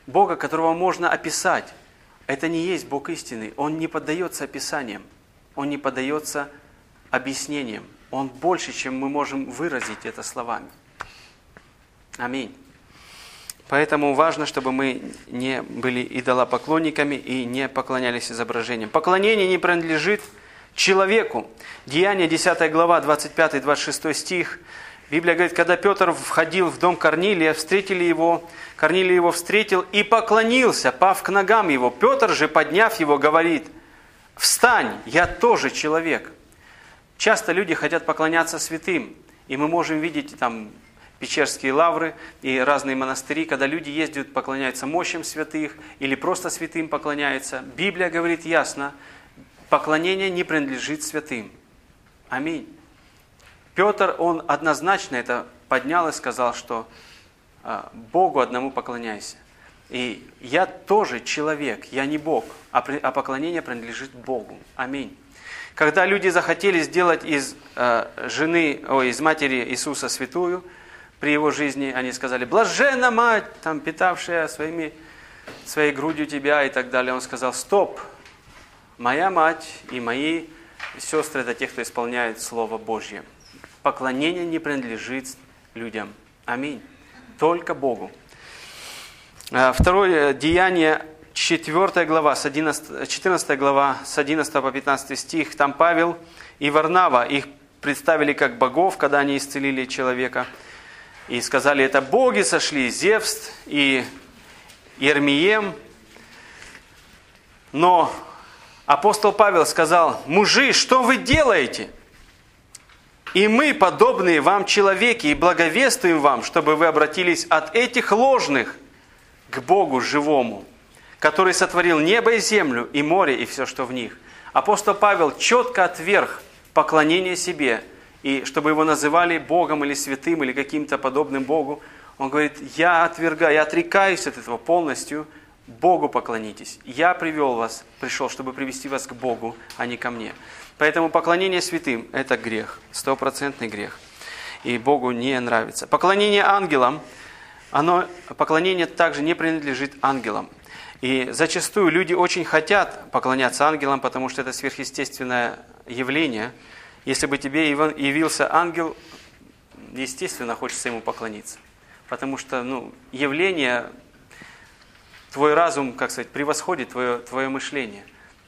Бога, которого можно описать. Это не есть Бог истинный. Он не поддается описаниям. Он не поддается объяснениям. Он больше, чем мы можем выразить это словами. Аминь. Поэтому важно, чтобы мы не были идолопоклонниками и не поклонялись изображениям. Поклонение не принадлежит человеку. Деяния десятая глава, двадцать пятый двадцать шестой стих. Библия говорит, когда Петр входил в дом Корнилия, встретили его, Корнилий его встретил и поклонился, пав к ногам его. Петр же, подняв его, говорит: «Встань, я тоже человек». Часто люди хотят поклоняться святым, и мы можем видеть там Печерские лавры и разные монастыри, когда люди ездят, поклоняются мощам святых или просто святым поклоняются. Библия говорит ясно, поклонение не принадлежит святым. Аминь. Петр, он однозначно это поднял и сказал, что Богу одному поклоняйся. И я тоже человек, я не Бог, а поклонение принадлежит Богу. Аминь. Когда люди захотели сделать из жены, ой, из матери Иисуса святую, при его жизни они сказали: «Блаженна мать, там, питавшая своими, своей грудью тебя» и так далее. Он сказал: «Стоп! Моя мать и мои сестры – это те, кто исполняет Слово Божье. Поклонение не принадлежит людям. Аминь. Только Богу». Второе Деяние, четвёртая глава, с одиннадцатого, четырнадцатая глава, с одиннадцатого по пятнадцатый стих. Там Павел и Варнава, их представили как богов, когда они исцелили человека. И сказали, это боги сошли, Зевс и Ермием. Но апостол Павел сказал: «Мужи, что вы делаете? И мы, подобные вам человеки, и благовествуем вам, чтобы вы обратились от этих ложных к Богу живому, который сотворил небо и землю, и море, и все, что в них». Апостол Павел четко отверг поклонение себе, и чтобы его называли Богом или святым, или каким-то подобным Богу. Он говорит: я отвергаю, я отрекаюсь от этого полностью, Богу поклонитесь. Я привел вас, пришел, чтобы привести вас к Богу, а не ко мне. Поэтому поклонение святым – это грех, стопроцентный грех. И Богу не нравится. Поклонение ангелам, оно, поклонение также не принадлежит ангелам. И зачастую люди очень хотят поклоняться ангелам, потому что это сверхъестественное явление. Если бы тебе явился ангел, естественно, хочется ему поклониться. Потому что ну, явление, твой разум, как сказать, превосходит твое, твое мышление.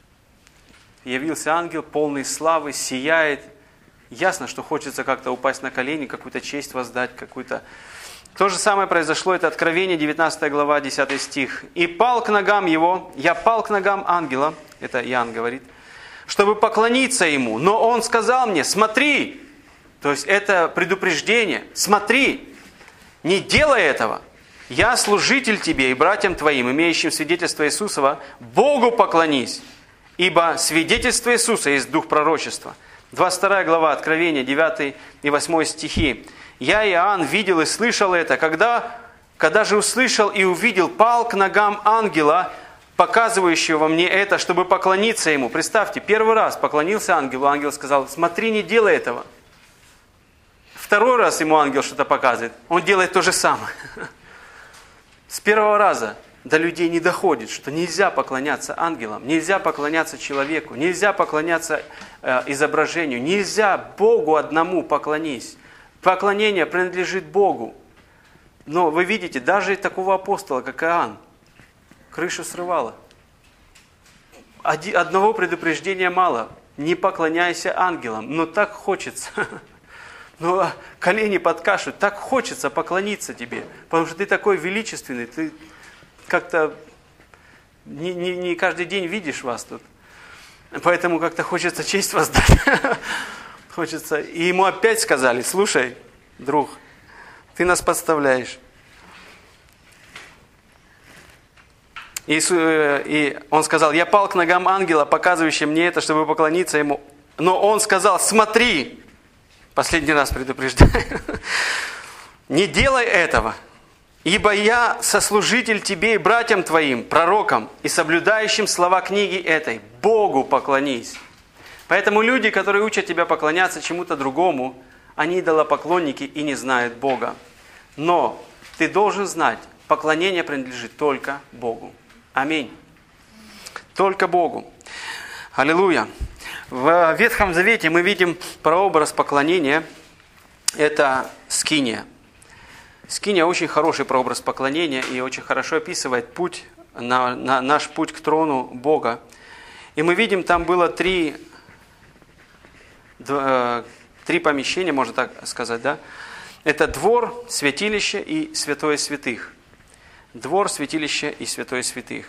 Явился ангел, полный славы, сияет. Ясно, что хочется как-то упасть на колени, какую-то честь воздать, какую-то... То же самое произошло, это Откровение, девятнадцатая глава, десятый стих. «И пал к ногам его, я пал к ногам ангела», это Иоанн говорит, «чтобы поклониться ему. Но он сказал мне: смотри!» То есть это предупреждение. «Смотри! Не делай этого! Я служитель тебе и братьям твоим, имеющим свидетельство Иисусова, Богу поклонись, ибо свидетельство Иисуса есть дух пророчества». двадцать вторая глава Откровения, девятый и восьмой стихи. «Я, Иоанн, видел и слышал это, когда, когда же услышал и увидел, пал к ногам ангела, показывающего мне это, чтобы поклониться ему». Представьте, первый раз поклонился ангелу, ангел сказал: смотри, не делай этого. Второй раз ему ангел что-то показывает, он делает то же самое. С первого раза до людей не доходит, что нельзя поклоняться ангелам, нельзя поклоняться человеку, нельзя поклоняться э, изображению, нельзя Богу одному поклонись. Поклонение принадлежит Богу. Но вы видите, даже такого апостола, как Иоанн, крышу срывало. Одного предупреждения мало. Не поклоняйся ангелам. Но так хочется. Но колени подкашивают. Так хочется поклониться тебе. Потому что ты такой величественный. Ты как-то не, не, не каждый день видишь вас тут. Поэтому как-то хочется честь воздать. Хочется. И ему опять сказали: слушай, друг, ты нас подставляешь. И, и он сказал: я пал к ногам ангела, показывающего мне это, чтобы поклониться ему. Но он сказал: смотри, последний раз предупреждаю, не делай этого, ибо я сослужитель тебе и братьям твоим, пророкам, и соблюдающим слова книги этой, Богу поклонись. Поэтому люди, которые учат тебя поклоняться чему-то другому, они идолопоклонники и не знают Бога. Но ты должен знать, поклонение принадлежит только Богу. Аминь. Только Богу. Аллилуйя. В Ветхом Завете мы видим прообраз поклонения. Это скиния. Скиния очень хороший прообраз поклонения и очень хорошо описывает путь, на, на наш путь к трону Бога. И мы видим, там было три, два, три помещения, можно так сказать, да? Это двор, святилище и святое святых. Двор, святилище и святое святых.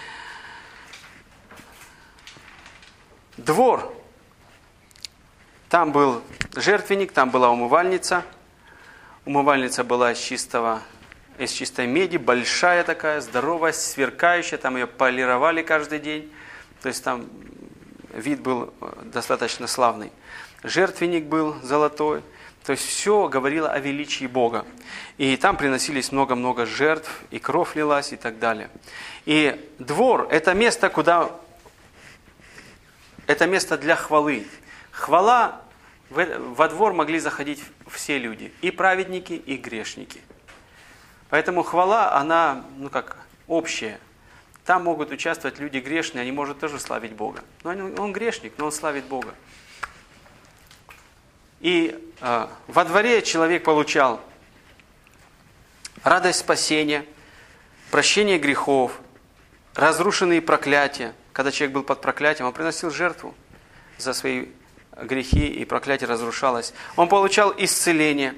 Двор. Там был жертвенник, там была умывальница. Умывальница была из, чистого, из чистой меди, большая такая, здоровая, сверкающая. Там ее полировали каждый день. То есть там вид был достаточно славный. Жертвенник был золотой. То есть все говорило о величии Бога. И там приносились много-много жертв, и кровь лилась, и так далее. И двор – это место, куда... Это место для хвалы. Хвала, во двор могли заходить все люди, и праведники, и грешники. Поэтому хвала, она, ну как, общая. Там могут участвовать люди грешные, они могут тоже славить Бога. Но он, он грешник, но он славит Бога. И э, во дворе человек получал радость спасения, прощение грехов, разрушенные проклятия. Когда человек был под проклятием, он приносил жертву за свои грехи, и проклятие разрушалось. Он получал исцеление.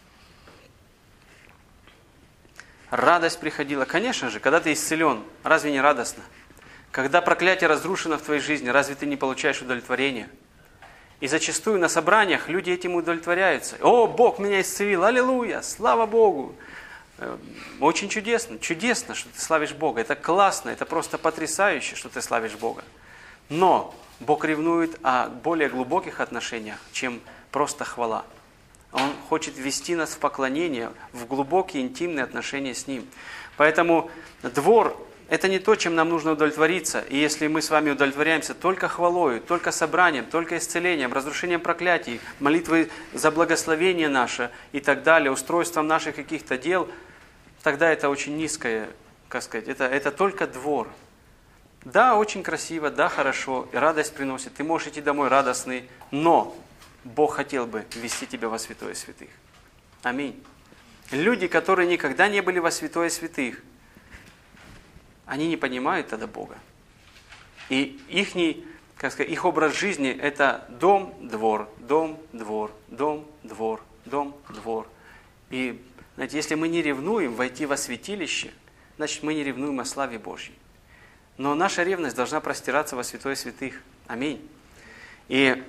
Радость приходила. Конечно же, когда ты исцелен, разве не радостно? Когда проклятие разрушено в твоей жизни, разве ты не получаешь удовлетворения? И зачастую на собраниях люди этим удовлетворяются. О, Бог меня исцелил, аллилуйя, слава Богу. Очень чудесно, чудесно, что ты славишь Бога. Это классно, это просто потрясающе, что ты славишь Бога. Но Бог ревнует о более глубоких отношениях, чем просто хвала. Он хочет ввести нас в поклонение, в глубокие интимные отношения с Ним. Поэтому двор – это не то, чем нам нужно удовлетвориться. И если мы с вами удовлетворяемся только хвалою, только собранием, только исцелением, разрушением проклятий, молитвой за благословение наше и так далее, устройством наших каких-то дел, тогда это очень низкое, как сказать, это, это только двор. Да, очень красиво, да, хорошо, и радость приносит, ты можешь идти домой радостный, но Бог хотел бы ввести тебя во святое святых. Аминь. Люди, которые никогда не были во святое святых, они не понимают тогда Бога. И ихний, как сказать, их образ жизни – это дом, двор, дом, двор, дом, двор, дом, двор. И, знаете, если мы не ревнуем войти во святилище, значит, мы не ревнуем о славе Божьей. Но наша ревность должна простираться во святое святых. Аминь. И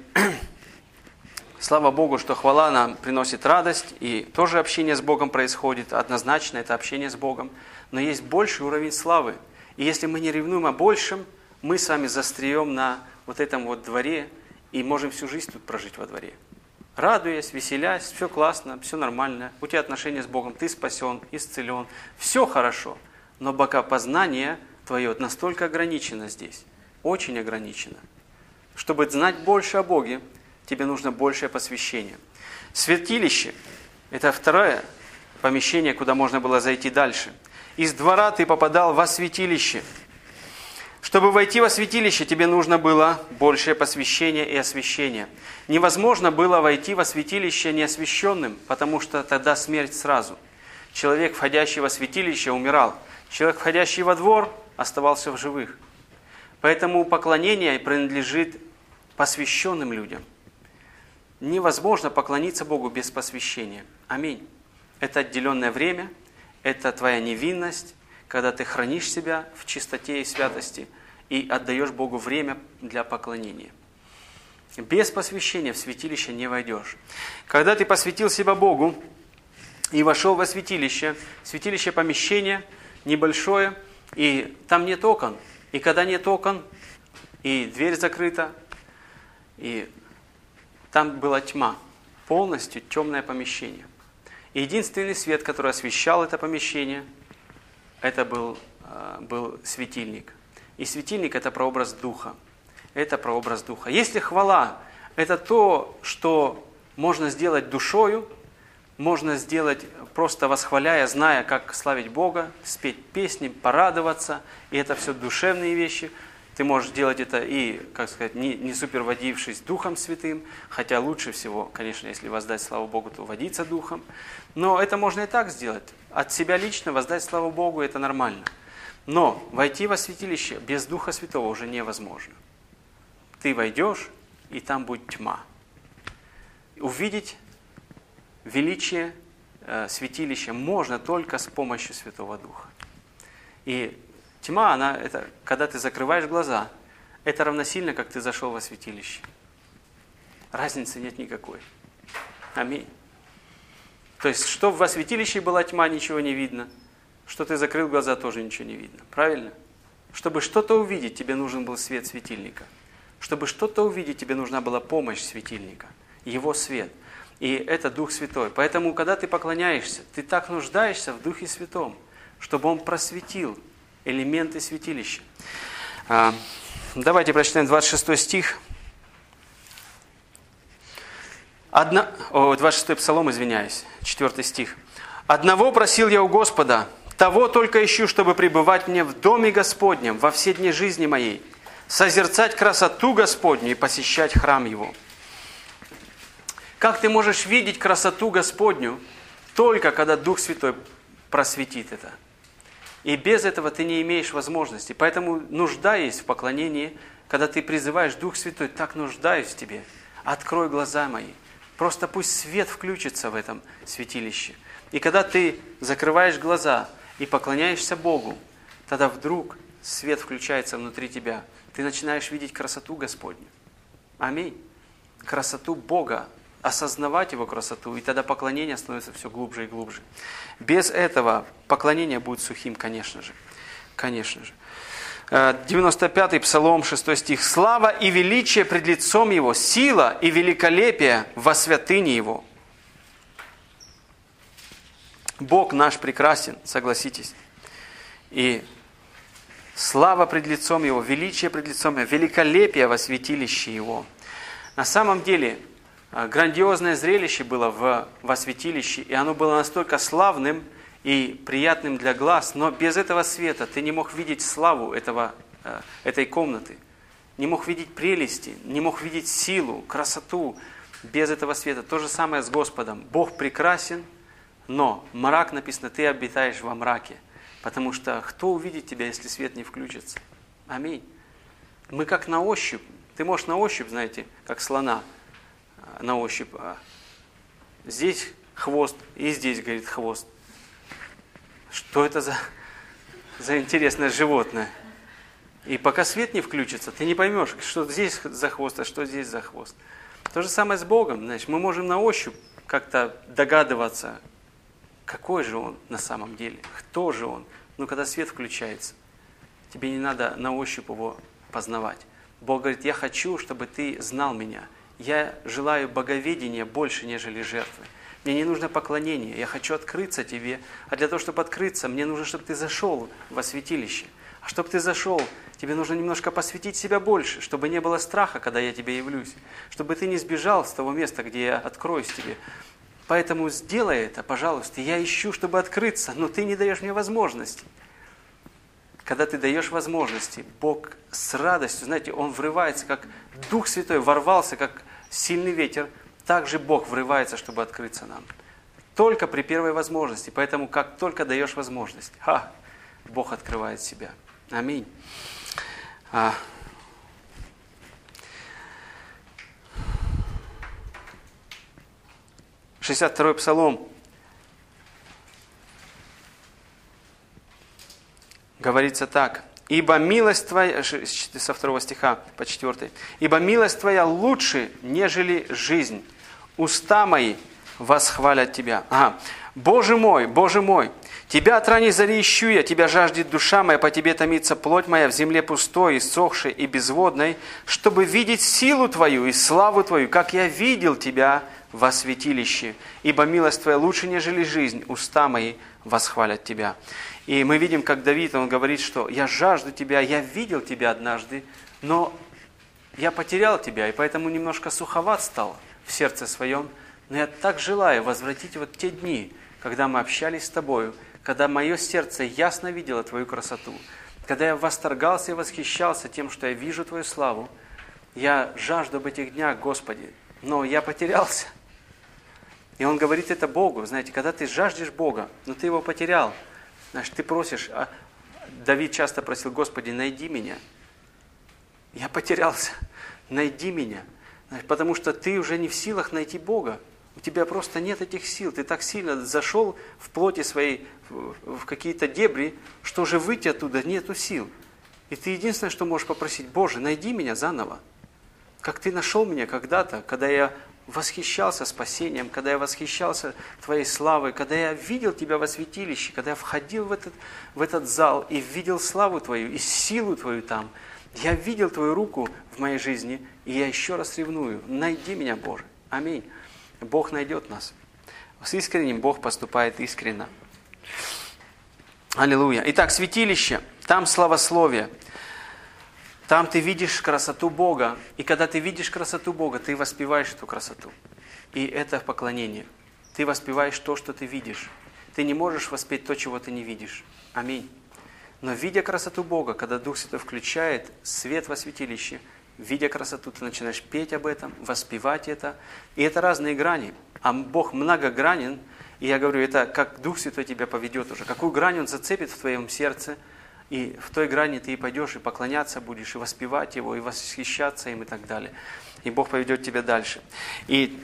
слава Богу, что хвала нам приносит радость, и тоже общение с Богом происходит, однозначно это общение с Богом. Но есть больший уровень славы. И если мы не ревнуем о большем, мы с вами застреем на вот этом вот дворе и можем всю жизнь тут прожить во дворе. Радуясь, веселясь, все классно, все нормально, у тебя отношения с Богом, ты спасен, исцелен, все хорошо. Но богопознание твое настолько ограничено здесь, очень ограничено. Чтобы знать больше о Боге, тебе нужно большее посвящение. Святилище – это второе помещение, куда можно было зайти дальше. Из двора ты попадал во святилище. Чтобы войти во святилище, тебе нужно было большее посвящение и освящение. Невозможно было войти во святилище неосвященным, потому что тогда смерть сразу. Человек, входящий во святилище, умирал. Человек, входящий во двор, оставался в живых. Поэтому поклонение принадлежит посвященным людям. Невозможно поклониться Богу без посвящения. Аминь. Это отделенное время, это твоя невинность, когда ты хранишь себя в чистоте и святости и отдаешь Богу время для поклонения. Без посвящения в святилище не войдешь. Когда ты посвятил себя Богу и вошел во святилище, святилище помещение небольшое, и там нет окон. И когда нет окон, и дверь закрыта, и там была тьма, полностью темное помещение. И единственный свет, который освещал это помещение, это был, был светильник. И светильник – это прообраз Духа. Это прообраз Духа. Если хвала – это то, что можно сделать душою, можно сделать, просто восхваляя, зная, как славить Бога, спеть песни, порадоваться, и это все душевные вещи. Ты можешь делать это и, как сказать, не, не супер водившись Духом Святым, хотя лучше всего, конечно, если воздать славу Богу, то водиться Духом. Но это можно и так сделать. От себя лично воздать славу Богу – это нормально. Но войти во святилище без Духа Святого уже невозможно. Ты войдешь, и там будет тьма. Увидеть величие э, святилища можно только с помощью Святого Духа. И тьма, она, это, когда ты закрываешь глаза, это равносильно, как ты зашел во святилище. Разницы нет никакой. Аминь. То есть, что во святилище была тьма, ничего не видно. Что ты закрыл глаза, тоже ничего не видно. Правильно? Чтобы что-то увидеть, тебе нужен был свет светильника. Чтобы что-то увидеть, тебе нужна была помощь светильника. Его свет. И это Дух Святой. Поэтому, когда ты поклоняешься, ты так нуждаешься в Духе Святом, чтобы Он просветил элементы святилища. Давайте прочитаем двадцать шестой стих. Одна... О, двадцать шестой Псалом, извиняюсь, четвёртый стих. «Одного просил я у Господа, того только ищу, чтобы пребывать мне в доме Господнем во все дни жизни моей, созерцать красоту Господню и посещать храм Его». Как ты можешь видеть красоту Господню только когда Дух Святой просветит это? И без этого ты не имеешь возможности. Поэтому нужда есть в поклонении, когда ты призываешь Дух Святой, так нуждаюсь в тебе. Открой глаза мои. Просто пусть свет включится в этом святилище. И когда ты закрываешь глаза и поклоняешься Богу, тогда вдруг свет включается внутри тебя. Ты начинаешь видеть красоту Господню. Аминь. Красоту Бога. Осознавать Его красоту, и тогда поклонение становится все глубже и глубже. Без этого поклонение будет сухим, конечно же. Конечно же. девяносто пятый Псалом, шестой стих. «Слава и величие пред лицом Его, сила и великолепие во святыне Его». Бог наш прекрасен, согласитесь. И слава пред лицом Его, величие пред лицом Его, великолепие во святилище Его. На самом деле, грандиозное зрелище было в, во святилище, и оно было настолько славным и приятным для глаз, но без этого света ты не мог видеть славу этого, этой комнаты, не мог видеть прелести, не мог видеть силу, красоту без этого света. То же самое с Господом. Бог прекрасен, но мрак, написано, ты обитаешь во мраке, потому что кто увидит тебя, если свет не включится? Аминь. Мы как на ощупь, ты можешь на ощупь, знаете, как слона, на ощупь. Здесь хвост, и здесь, говорит, хвост. Что это за, за интересное животное? И пока свет не включится, ты не поймешь, что здесь за хвост, а что здесь за хвост. То же самое с Богом. Значит, мы можем на ощупь как-то догадываться, какой же Он на самом деле, кто же Он. Но когда свет включается, тебе не надо на ощупь Его познавать. Бог говорит, я хочу, чтобы ты знал Меня. Я желаю боговедения больше, нежели жертвы. Мне не нужно поклонение, я хочу открыться тебе. А для того, чтобы открыться, мне нужно, чтобы ты зашел во святилище. А чтобы ты зашел, тебе нужно немножко посвятить себя больше, чтобы не было страха, когда я тебе явлюсь. Чтобы ты не сбежал с того места, где я откроюсь тебе. Поэтому сделай это, пожалуйста. Я ищу, чтобы открыться, но ты не даешь мне возможности. Когда ты даешь возможности, Бог с радостью, знаете, Он врывается, как Дух Святой ворвался, как сильный ветер, так же Бог врывается, чтобы открыться нам. Только при первой возможности. Поэтому, как только даешь возможность, ха, Бог открывает себя. Аминь. А. шестьдесят второй Псалом. Говорится так. «Ибо милость Твоя...» Со второго стиха по четвёртый. «Ибо милость Твоя лучше, нежели жизнь. Уста мои восхвалят Тебя». Ага. «Боже мой, Боже мой, Тебя от ранней зари ищу я, Тебя жаждет душа моя, по Тебе томится плоть моя в земле пустой, иссохшей и безводной, чтобы видеть силу Твою и славу Твою, как я видел Тебя во святилище. Ибо милость Твоя лучше, нежели жизнь. Уста мои восхвалят Тебя». И мы видим, как Давид, он говорит, что «я жажду Тебя, я видел Тебя однажды, но я потерял Тебя, и поэтому немножко суховат стал в сердце своем, Но я так желаю возвратить вот те дни, когда мы общались с Тобою, когда мое сердце ясно видело Твою красоту, когда я восторгался и восхищался тем, что я вижу Твою славу. Я жажду об этих днях, Господи, но я потерялся. И он говорит это Богу. Знаете, когда ты жаждешь Бога, но ты его потерял, значит, ты просишь, а Давид часто просил: Господи, найди меня. Я потерялся. Найди меня. Потому что ты уже не в силах найти Бога. У тебя просто нет этих сил. Ты так сильно зашел в плоти своей в какие-то дебри, что уже выйти оттуда нету сил. И ты единственное, что можешь попросить: Боже, найди меня заново. Как ты нашел меня когда-то, когда я восхищался спасением, когда я восхищался Твоей славой, когда я видел Тебя во святилище, когда я входил в этот, в этот зал и видел славу Твою и силу Твою там. Я видел Твою руку в моей жизни, и я еще раз ревную. Найди меня, Боже. Аминь. Бог найдет нас. С искренним Бог поступает искренно. Аллилуйя. Итак, святилище, там славословие. Там ты видишь красоту Бога. И когда ты видишь красоту Бога, ты воспеваешь эту красоту. И это поклонение. Ты воспеваешь то, что ты видишь. Ты не можешь воспеть то, чего ты не видишь. Аминь. Но видя красоту Бога, когда Дух Святой включает свет во святилище, видя красоту, ты начинаешь петь об этом, воспевать это. И это разные грани. А Бог многогранен. И я говорю, это как Дух Святой тебя поведет уже. Какую грань Он зацепит в твоем сердце. И в той грани ты и пойдешь, и поклоняться будешь, и воспевать Его, и восхищаться им, и так далее. И Бог поведет тебя дальше. И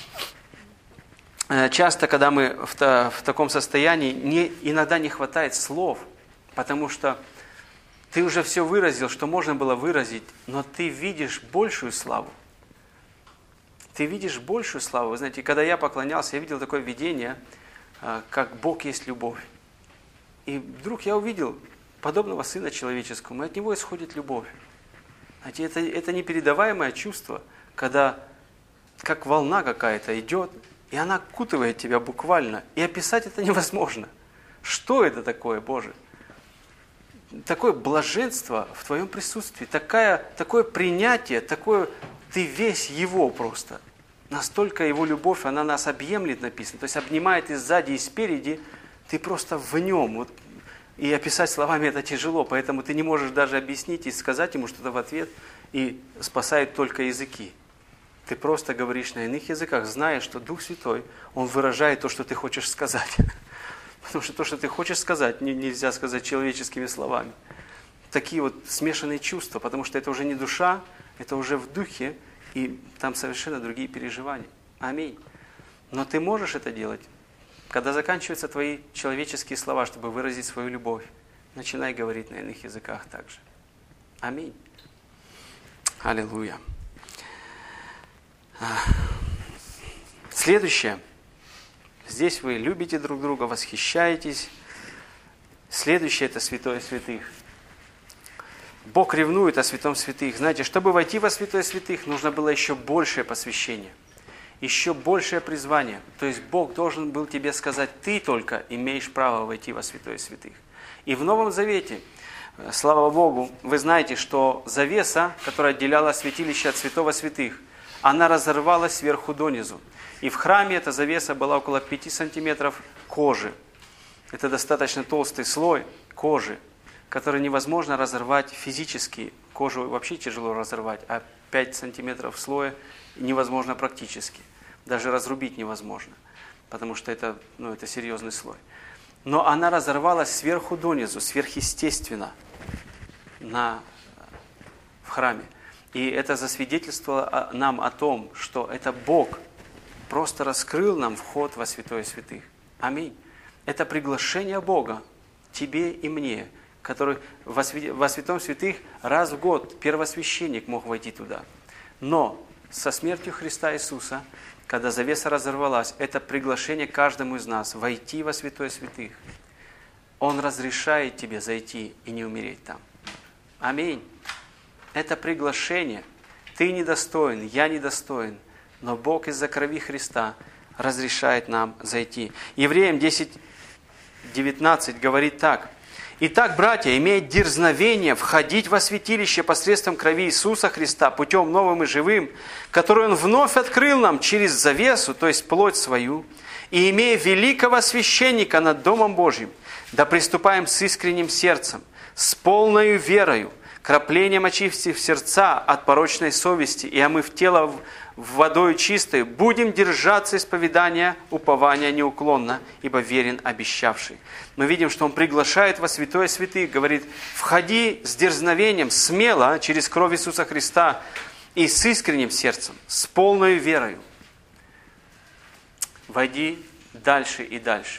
часто, когда мы в, та, в таком состоянии, не, иногда не хватает слов, потому что ты уже все выразил, что можно было выразить, но ты видишь большую славу. Ты видишь большую славу. Вы знаете, когда я поклонялся, я видел такое видение, как Бог есть любовь. И вдруг я увидел подобного Сына Человеческого, и от Него исходит любовь. Знаете, это, это непередаваемое чувство, когда как волна какая-то идет, и она окутывает тебя буквально. И описать это невозможно. Что это такое, Боже? Такое блаженство в Твоем присутствии, такое, такое принятие, такое, ты весь Его просто. Настолько Его любовь, она нас объемлет, написано. То есть обнимает и сзади, и спереди. Ты просто в Нем. Вот. И описать словами это тяжело, поэтому ты не можешь даже объяснить и сказать Ему что-то в ответ, и спасают только языки. Ты просто говоришь на иных языках, зная, что Дух Святой, Он выражает то, что ты хочешь сказать. Потому что то, что ты хочешь сказать, нельзя сказать человеческими словами. Такие вот смешанные чувства, потому что это уже не душа, это уже в духе, и там совершенно другие переживания. Аминь. Но ты можешь это делать. Когда заканчиваются твои человеческие слова, чтобы выразить свою любовь, начинай говорить на иных языках также. Аминь. Аллилуйя. Следующее. Здесь вы любите друг друга, восхищаетесь. Следующее – это святое святых. Бог ревнует о святом святых. Знаете, чтобы войти во святое святых, нужно было еще большее посвящение. Еще большее призвание. То есть Бог должен был тебе сказать, ты только имеешь право войти во святое святых. И в Новом Завете, слава Богу, вы знаете, что завеса, которая отделяла святилище от святого святых, она разорвалась сверху донизу. И в храме эта завеса была около пяти сантиметров кожи. Это достаточно толстый слой кожи, который невозможно разорвать физически. Кожу вообще тяжело разорвать, а пять сантиметров слоя невозможно практически. Даже разрубить невозможно, потому что это, ну, это серьезный слой. Но она разорвалась сверху донизу, сверхъестественно на, в храме. И это засвидетельствовало нам о том, что это Бог просто раскрыл нам вход во святое святых. Аминь. Это приглашение Бога тебе и мне, который во святом святых раз в год первосвященник мог войти туда. Но со смертью Христа Иисуса, когда завеса разорвалась, это приглашение каждому из нас войти во святое святых. Он разрешает тебе зайти и не умереть там. Аминь. Это приглашение. Ты недостоин, я недостоин, но Бог из-за крови Христа разрешает нам зайти. Евреям десять девятнадцать говорит так. Итак, братья, имея дерзновение входить во святилище посредством крови Иисуса Христа, путем новым и живым, который Он вновь открыл нам через завесу, то есть плоть свою, и имея великого священника над Домом Божьим, да приступаем с искренним сердцем, с полною верою, краплением очистив сердца от порочной совести и омыв тело водою чистой, будем держаться исповедания, упования неуклонно, ибо верен обещавший. Мы видим, что Он приглашает во святое святых, говорит, входи с дерзновением, смело, через кровь Иисуса Христа, и с искренним сердцем, с полной верою. Войди дальше и дальше.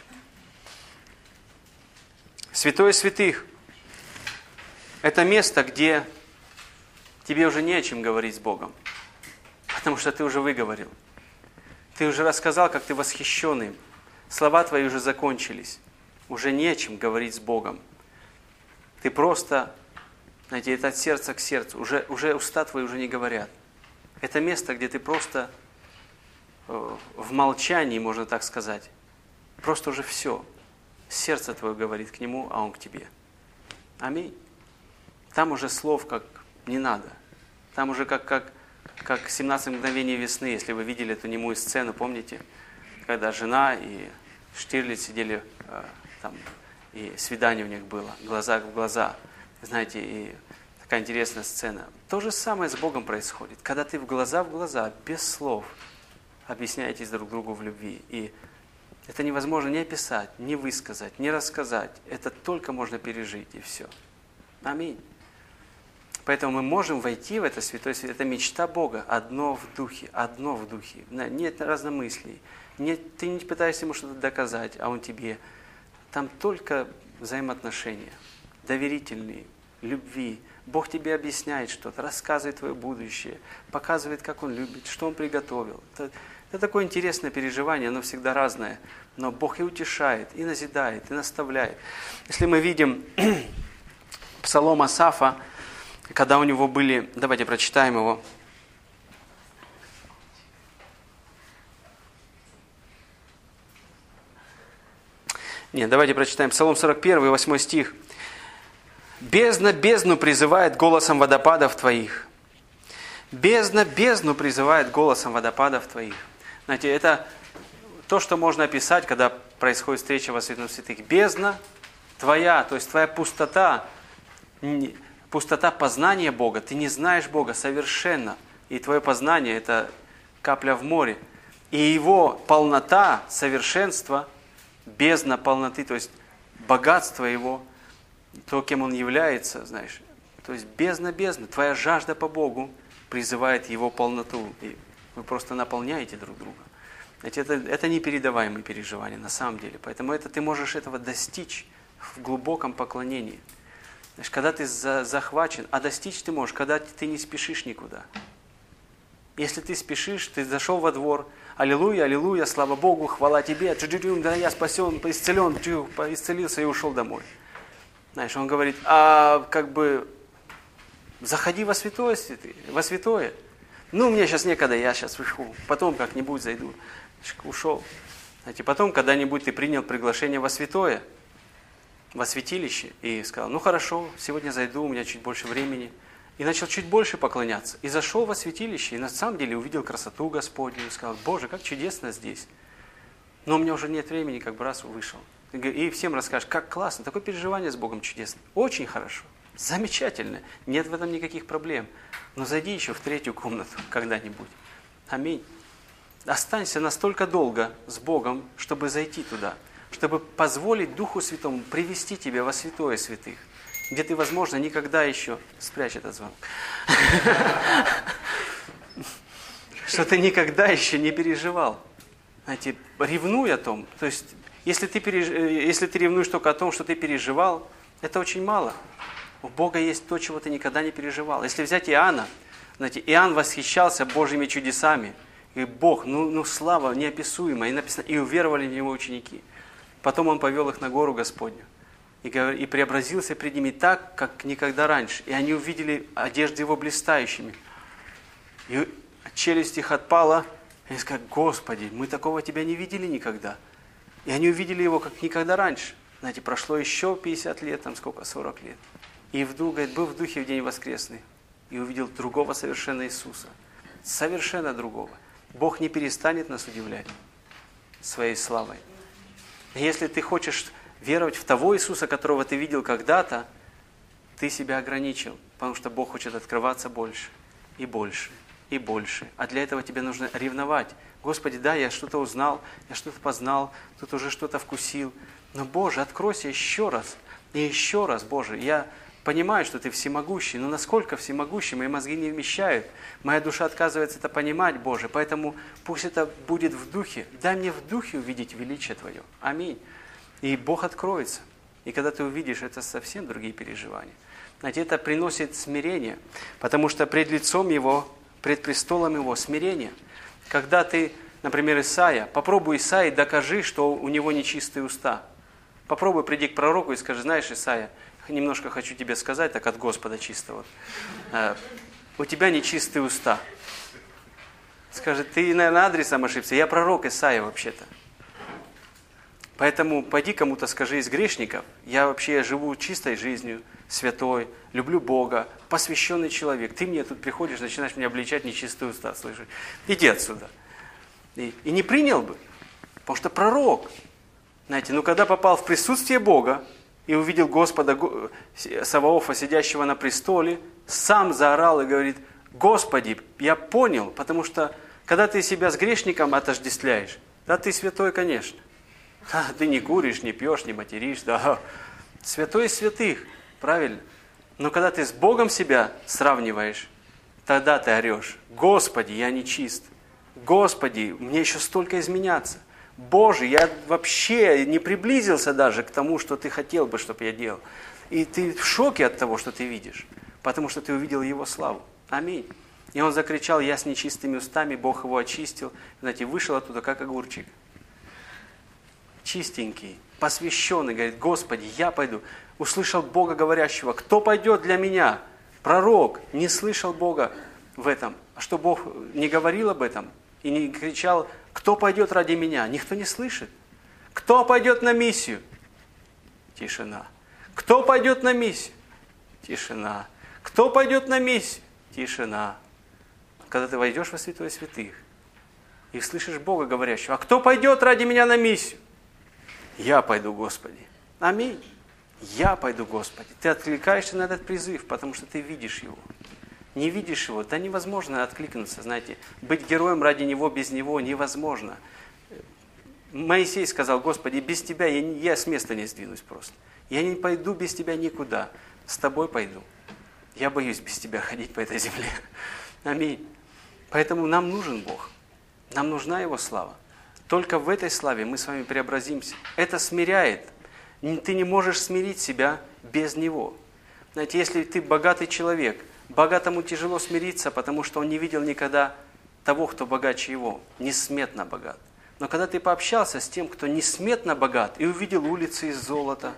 Святое святых – это место, где тебе уже не о чем говорить с Богом. Потому что ты уже выговорил. Ты уже рассказал, как ты восхищен им. Слова твои уже закончились. Уже не о чем говорить с Богом. Ты просто, знаете, это от сердца к сердцу. Уже, уже уста твои уже не говорят. Это место, где ты просто в молчании, можно так сказать. Просто уже все. Сердце твое говорит к Нему, а Он к тебе. Аминь. Там уже слов как не надо. Там уже как, как, как семнадцать мгновений весны, если вы видели эту немую сцену, помните? Когда жена и Штирлиц сидели, э, там, и свидание у них было, глаза в глаза. Знаете, и такая интересная сцена. То же самое с Богом происходит. Когда ты в глаза в глаза, без слов, объясняетесь друг другу в любви. И это невозможно ни описать, ни высказать, ни рассказать. Это только можно пережить, и все. Аминь. Поэтому мы можем войти в это святое святое. Это мечта Бога. Одно в духе, одно в духе. Нет разномыслий. Нет, ты не пытаешься ему что-то доказать, а он тебе. Там только взаимоотношения, доверительные, любви. Бог тебе объясняет что-то, рассказывает твое будущее, показывает, как Он любит, что Он приготовил. Это, это такое интересное переживание, оно всегда разное. Но Бог и утешает, и назидает, и наставляет. Если мы видим Псалом Асафа, когда у него были... Давайте прочитаем его. Нет, давайте прочитаем. Псалом сорок один, восьмой стих. «Бездна бездну призывает голосом водопадов твоих». Бездна бездну призывает голосом водопадов твоих. Знаете, это то, что можно описать, когда происходит встреча во святом святых. Бездна твоя, то есть твоя пустота, пустота познания Бога. Ты не знаешь Бога совершенно. И твое познание – это капля в море. И Его полнота, совершенство, бездна полноты, то есть богатство Его, то, кем Он является, знаешь. То есть бездна, бездна. Твоя жажда по Богу призывает Его полноту. И вы просто наполняете друг друга. Знаете, это, это непередаваемые переживания на самом деле. Поэтому это, ты можешь этого достичь в глубоком поклонении. Знаешь, когда ты за, захвачен, а достичь ты можешь, когда ты не спешишь никуда. Если ты спешишь, ты зашел во двор, аллилуйя, аллилуйя, слава Богу, хвала Тебе, да я спасен, исцелен, исцелился и ушел домой. Знаешь, он говорит, а как бы заходи во святое, святые, во святое. Ну, мне сейчас некогда, я сейчас вышел, потом как-нибудь зайду. Ушел. Знаете, потом когда-нибудь ты принял приглашение во святое, во святилище, и сказал, ну хорошо, сегодня зайду, у меня чуть больше времени. И начал чуть больше поклоняться. И зашел во святилище, и на самом деле увидел красоту Господню, и сказал, Боже, как чудесно здесь. Но у меня уже нет времени, как бы раз вышел. И всем расскажешь, как классно, такое переживание с Богом чудесное. Очень хорошо, замечательно, нет в этом никаких проблем. Но зайди еще в третью комнату когда-нибудь. Аминь. Останься настолько долго с Богом, чтобы зайти туда, чтобы позволить Духу Святому привести тебя во святое святых, где ты, возможно, никогда еще... Спрячь этот звонок. Что ты никогда еще не переживал. Знаете, ревнуй о том. То есть, если ты, переж... если ты ревнуешь только о том, что ты переживал, это очень мало. У Бога есть то, чего ты никогда не переживал. Если взять Иоанна, знаете, Иоанн восхищался Божьими чудесами. И Бог, ну, ну слава неописуемая. И написано, и уверовали в Него ученики. Потом Он повел их на гору Господню. И, и преобразился пред ними так, как никогда раньше. И они увидели одежды Его блистающими. И челюсть их отпала. И они сказали, Господи, мы такого Тебя не видели никогда. И они увидели Его, как никогда раньше. Знаете, прошло еще пятьдесят лет, там сколько, сорок лет. И вдруг, говорит, был в духе в день воскресный и увидел другого совершенно Иисуса. Совершенно другого. Бог не перестанет нас удивлять своей славой. Если ты хочешь веровать в того Иисуса, которого ты видел когда-то, ты себя ограничил, потому что Бог хочет открываться больше и больше и больше. А для этого тебе нужно ревновать. Господи, да, я что-то узнал, я что-то познал, тут уже что-то вкусил. Но, Боже, откройся еще раз и еще раз, Боже. Я понимаю, что Ты всемогущий, но насколько всемогущий, мои мозги не вмещают. Моя душа отказывается это понимать, Боже. Поэтому пусть это будет в духе. Дай мне в духе увидеть величие Твое. Аминь. И Бог откроется. И когда ты увидишь, это совсем другие переживания. Знаете, это приносит смирение, потому что пред лицом Его, пред престолом Его смирение. Когда ты, например, Исаия, попробуй Исаии, докажи, что у него нечистые уста. Попробуй приди к пророку и скажи, знаешь, Исаия, немножко хочу тебе сказать, так от Господа чисто вот. У тебя нечистые уста. Скажет, ты, наверное, адресом ошибся. Я пророк Исаия вообще-то. Поэтому пойди кому-то скажи из грешников, я вообще живу чистой жизнью, святой, люблю Бога, посвященный человек. Ты мне тут приходишь, начинаешь мне обличать нечистые уста, слышишь? Иди отсюда. И, и не принял бы, потому что пророк. Знаете, ну когда попал в присутствие Бога и увидел Господа Саваофа, сидящего на престоле, сам заорал и говорит, Господи, я понял, потому что когда ты себя с грешником отождествляешь, да ты святой, конечно. А, ты не куришь, не пьешь, не материшь, да. Святой из святых, правильно. Но когда ты с Богом себя сравниваешь, тогда ты орешь, Господи, я нечист. Господи, мне еще столько изменяться. Боже, я вообще не приблизился даже к тому, что ты хотел бы, чтобы я делал. И ты в шоке от того, что ты видишь, потому что ты увидел Его славу. Аминь. И он закричал, я с нечистыми устами, Бог его очистил. Знаете, вышел оттуда, как огурчик. Чистенький, посвященный, говорит, Господи, я пойду. Услышал Бога говорящего, кто пойдет для меня? Пророк не слышал Бога в этом. А что Бог не говорил об этом и не кричал, кто пойдет ради меня? Никто не слышит. Кто пойдет на миссию? Тишина. Кто пойдет на миссию? Тишина. Кто пойдет на миссию? Тишина. Когда ты войдешь во святое святых и слышишь Бога говорящего, а кто пойдет ради меня на миссию? Я пойду, Господи. Аминь. Я пойду, Господи. Ты откликаешься на этот призыв, потому что ты видишь его. Не видишь его, да невозможно откликнуться, знаете. Быть героем ради него, без него невозможно. Моисей сказал, Господи, без тебя я, не, я с места не сдвинусь просто. Я не пойду без тебя никуда. С тобой пойду. Я боюсь без тебя ходить по этой земле. Аминь. Поэтому нам нужен Бог. Нам нужна Его слава. Только в этой славе мы с вами преобразимся. Это смиряет. Ты не можешь смирить себя без Него. Знаете, если ты богатый человек, богатому тяжело смириться, потому что он не видел никогда того, кто богаче его, несметно богат. Но когда ты пообщался с тем, кто несметно богат, и увидел улицы из золота,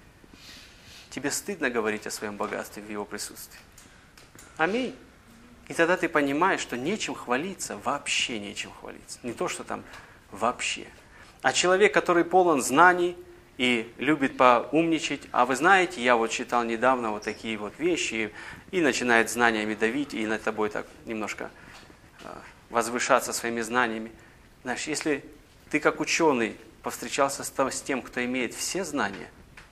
тебе стыдно говорить о своем богатстве в его присутствии. Аминь. И тогда ты понимаешь, что нечем хвалиться, вообще нечем хвалиться. Не то, что там вообще. А человек, который полон знаний и любит поумничать, а вы знаете, я вот читал недавно вот такие вот вещи, и, и начинает знаниями давить, и над тобой так немножко э, возвышаться своими знаниями. Знаешь, если ты как ученый повстречался с, с тем, кто имеет все знания,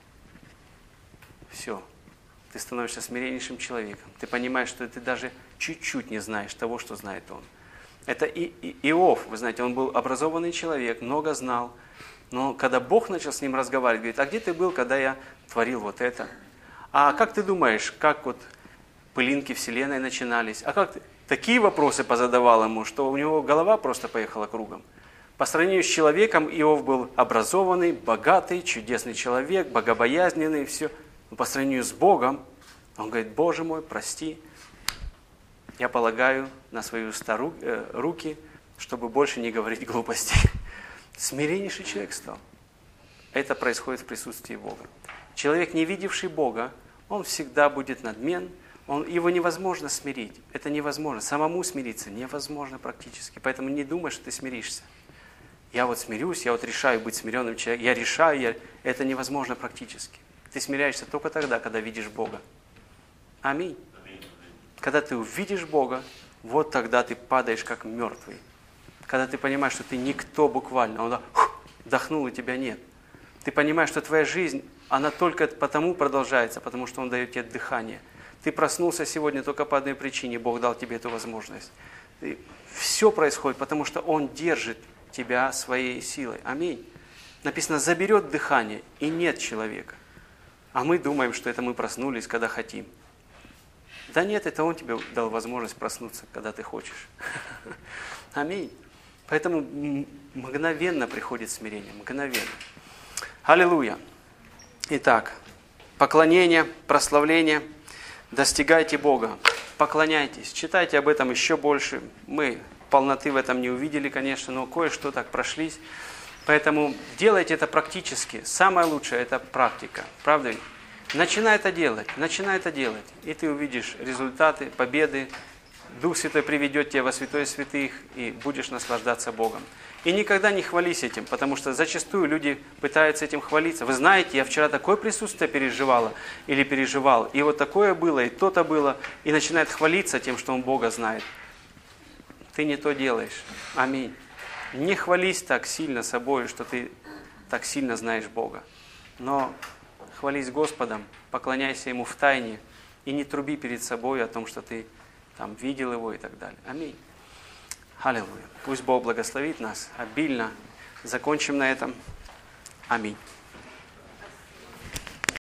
все, ты становишься смиреннейшим человеком. Ты понимаешь, что ты даже чуть-чуть не знаешь того, что знает он. Это и, и, Иов, вы знаете, он был образованный человек, много знал. Но когда Бог начал с ним разговаривать, говорит, а где ты был, когда я творил вот это? А как ты думаешь, как вот пылинки Вселенной начинались? А как ты? Такие вопросы позадавал ему, что у него голова просто поехала кругом. По сравнению с человеком, Иов был образованный, богатый, чудесный человек, богобоязненный, все. Но по сравнению с Богом, он говорит, Боже мой, прости, я полагаю на свои уста руки, чтобы больше не говорить глупостей. Смиреннейший человек стал. Это происходит в присутствии Бога. Человек, не видевший Бога, он всегда будет надмен, он, его невозможно смирить. Это невозможно. Самому смириться невозможно практически. Поэтому не думай, что ты смиришься. я вот смирюсь, я вот решаю быть смиренным человеком, я решаю, я... это невозможно практически. Ты смиряешься только тогда, когда видишь Бога. Аминь. Когда ты увидишь Бога, вот тогда ты падаешь как мертвый. Когда ты понимаешь, что ты никто буквально, Он вдохнул, и тебя нет. Ты понимаешь, что твоя жизнь, она только потому продолжается, потому что Он дает тебе дыхание. Ты проснулся сегодня только по одной причине, Бог дал тебе эту возможность. И все происходит, потому что Он держит тебя своей силой. Аминь. Написано, заберет дыхание, и нет человека. А мы думаем, что это мы проснулись, когда хотим. Да нет, это Он тебе дал возможность проснуться, когда ты хочешь. Аминь. Поэтому мгновенно приходит смирение, мгновенно. Аллилуйя. Итак, поклонение, прославление. Достигайте Бога, поклоняйтесь, читайте об этом еще больше. Мы полноты в этом не увидели, конечно, но кое-что так прошлись. Поэтому делайте это практически. Самое лучшее – это практика. Правда? Начинай это делать, начинай это делать. И ты увидишь результаты, победы. Дух Святой приведет тебя во святое святых, и будешь наслаждаться Богом. И никогда не хвались этим, потому что зачастую люди пытаются этим хвалиться. Вы знаете, я вчера такое присутствие переживала или переживал, и вот такое было, и то-то было, и начинает хвалиться тем, что он Бога знает. Ты не то делаешь. Аминь. Не хвались так сильно собой, что ты так сильно знаешь Бога. Но хвались Господом, поклоняйся Ему в тайне, и не труби перед собой о том, что ты там видел Его и так далее. Аминь. Аллилуйя. Пусть Бог благословит нас обильно. Закончим на этом. Аминь.